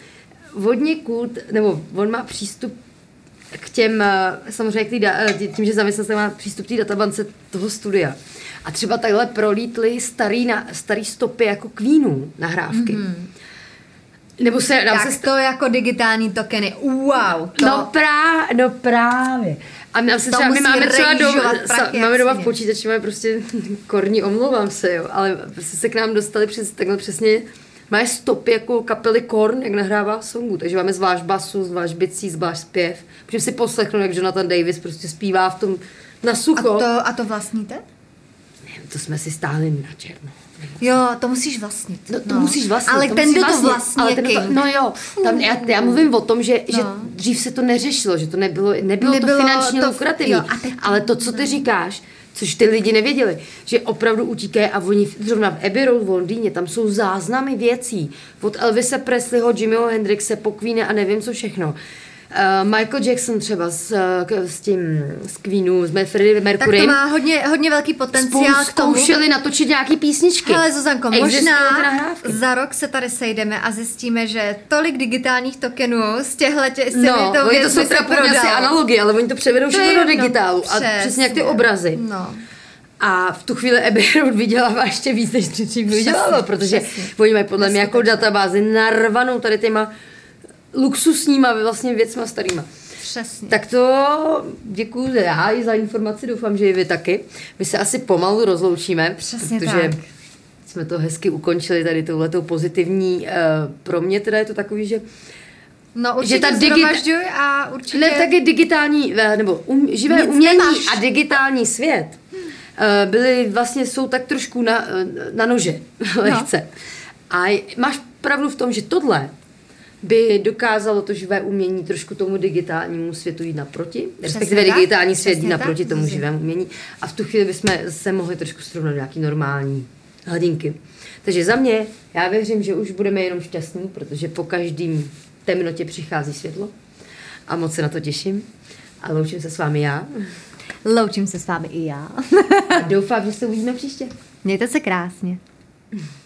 nebo on má přístup k těm, samozřejmě tím, že zaměstnanec má přístup k té databance toho studia. A třeba takhle prolítly starý stopy jako Queenů nahrávky. Nebo se, Tak to jako digitální tokeny, wow. To... No právě. A nám se To třeba, my musí máme třeba rejžovat prachy, máme jak doma v svině. počítači, máme prostě korní, omlouvám se, jo, ale prostě se k nám dostali takhle přesně, máme stopy jako kapely Korn, jak nahrává songu, takže máme zvlášť basu, zvlášť bicí, zvlášť zpěv. Můžeme si poslechnout, jak Jonathan Davis prostě zpívá v tom na sucho. A to vlastníte? To jsme si stáhli na černo. Jo, to musíš vlastnit. No, to musíš vlastnit. Ale to ten, musíš kdo to vlastnit, vlastní, ale je ten, king. no jo, tam, já mluvím o tom, že dřív se to neřešilo, že to nebylo to finančně lukrativní. Ale to, co ty říkáš, což ty lidi nevěděli, že opravdu utíkají a oni zrovna v Abbey Road v Londýně, tam jsou záznamy věcí od Elvise Presleyho, Jimiho Hendrixe, po Queena a nevím co všechno. Michael Jackson třeba s Queenu, s Freddie Mercury. Tak to má hodně velký potenciál k tomu. Zkoušeli natočit nějaký písničky. Hele Zuzanko, Existují ty možná nahrávky. za rok se tady sejdeme a zjistíme, že tolik digitálních tokenů z těchhletěch oni to jsou teda původně asi analogie, ale oni to převedou všechno do digitálu. A přesně jak ty obrazy. No. A v tu chvíli Abbey Road vydělává ještě víc, než dřív vydělávalo, protože oni mají podle mě jako databázi narvanou tady těma luxusníma vlastně věcma starýma. Přesně. Tak to děkuju já i za informaci, doufám, že i vy taky. My se asi pomalu rozloučíme, Přesně protože tak. jsme to hezky ukončili tady touhletou pozitivní, pro mě teda je to takový, že No určitě zhromažďuj a určitě... Ne, taky digitální, nebo živé Nic umění nemáš. a digitální svět jsou tak trošku na nože, lehce. A máš pravdu v tom, že tohle by dokázalo to živé umění trošku tomu digitálnímu světu jít naproti, respektive tak, digitální svět jít přesně naproti tak, tomu Zuzi. živému umění a v tu chvíli bychom se mohli trošku srovnat do nějaký normální hladinky. Takže za mě, já věřím, že už budeme jenom šťastní, protože po každém temnotě přichází světlo a moc se na to těším a loučím se s vámi já Loučím se s vámi i já. a doufám, že se uvidíme příště. Mějte se krásně.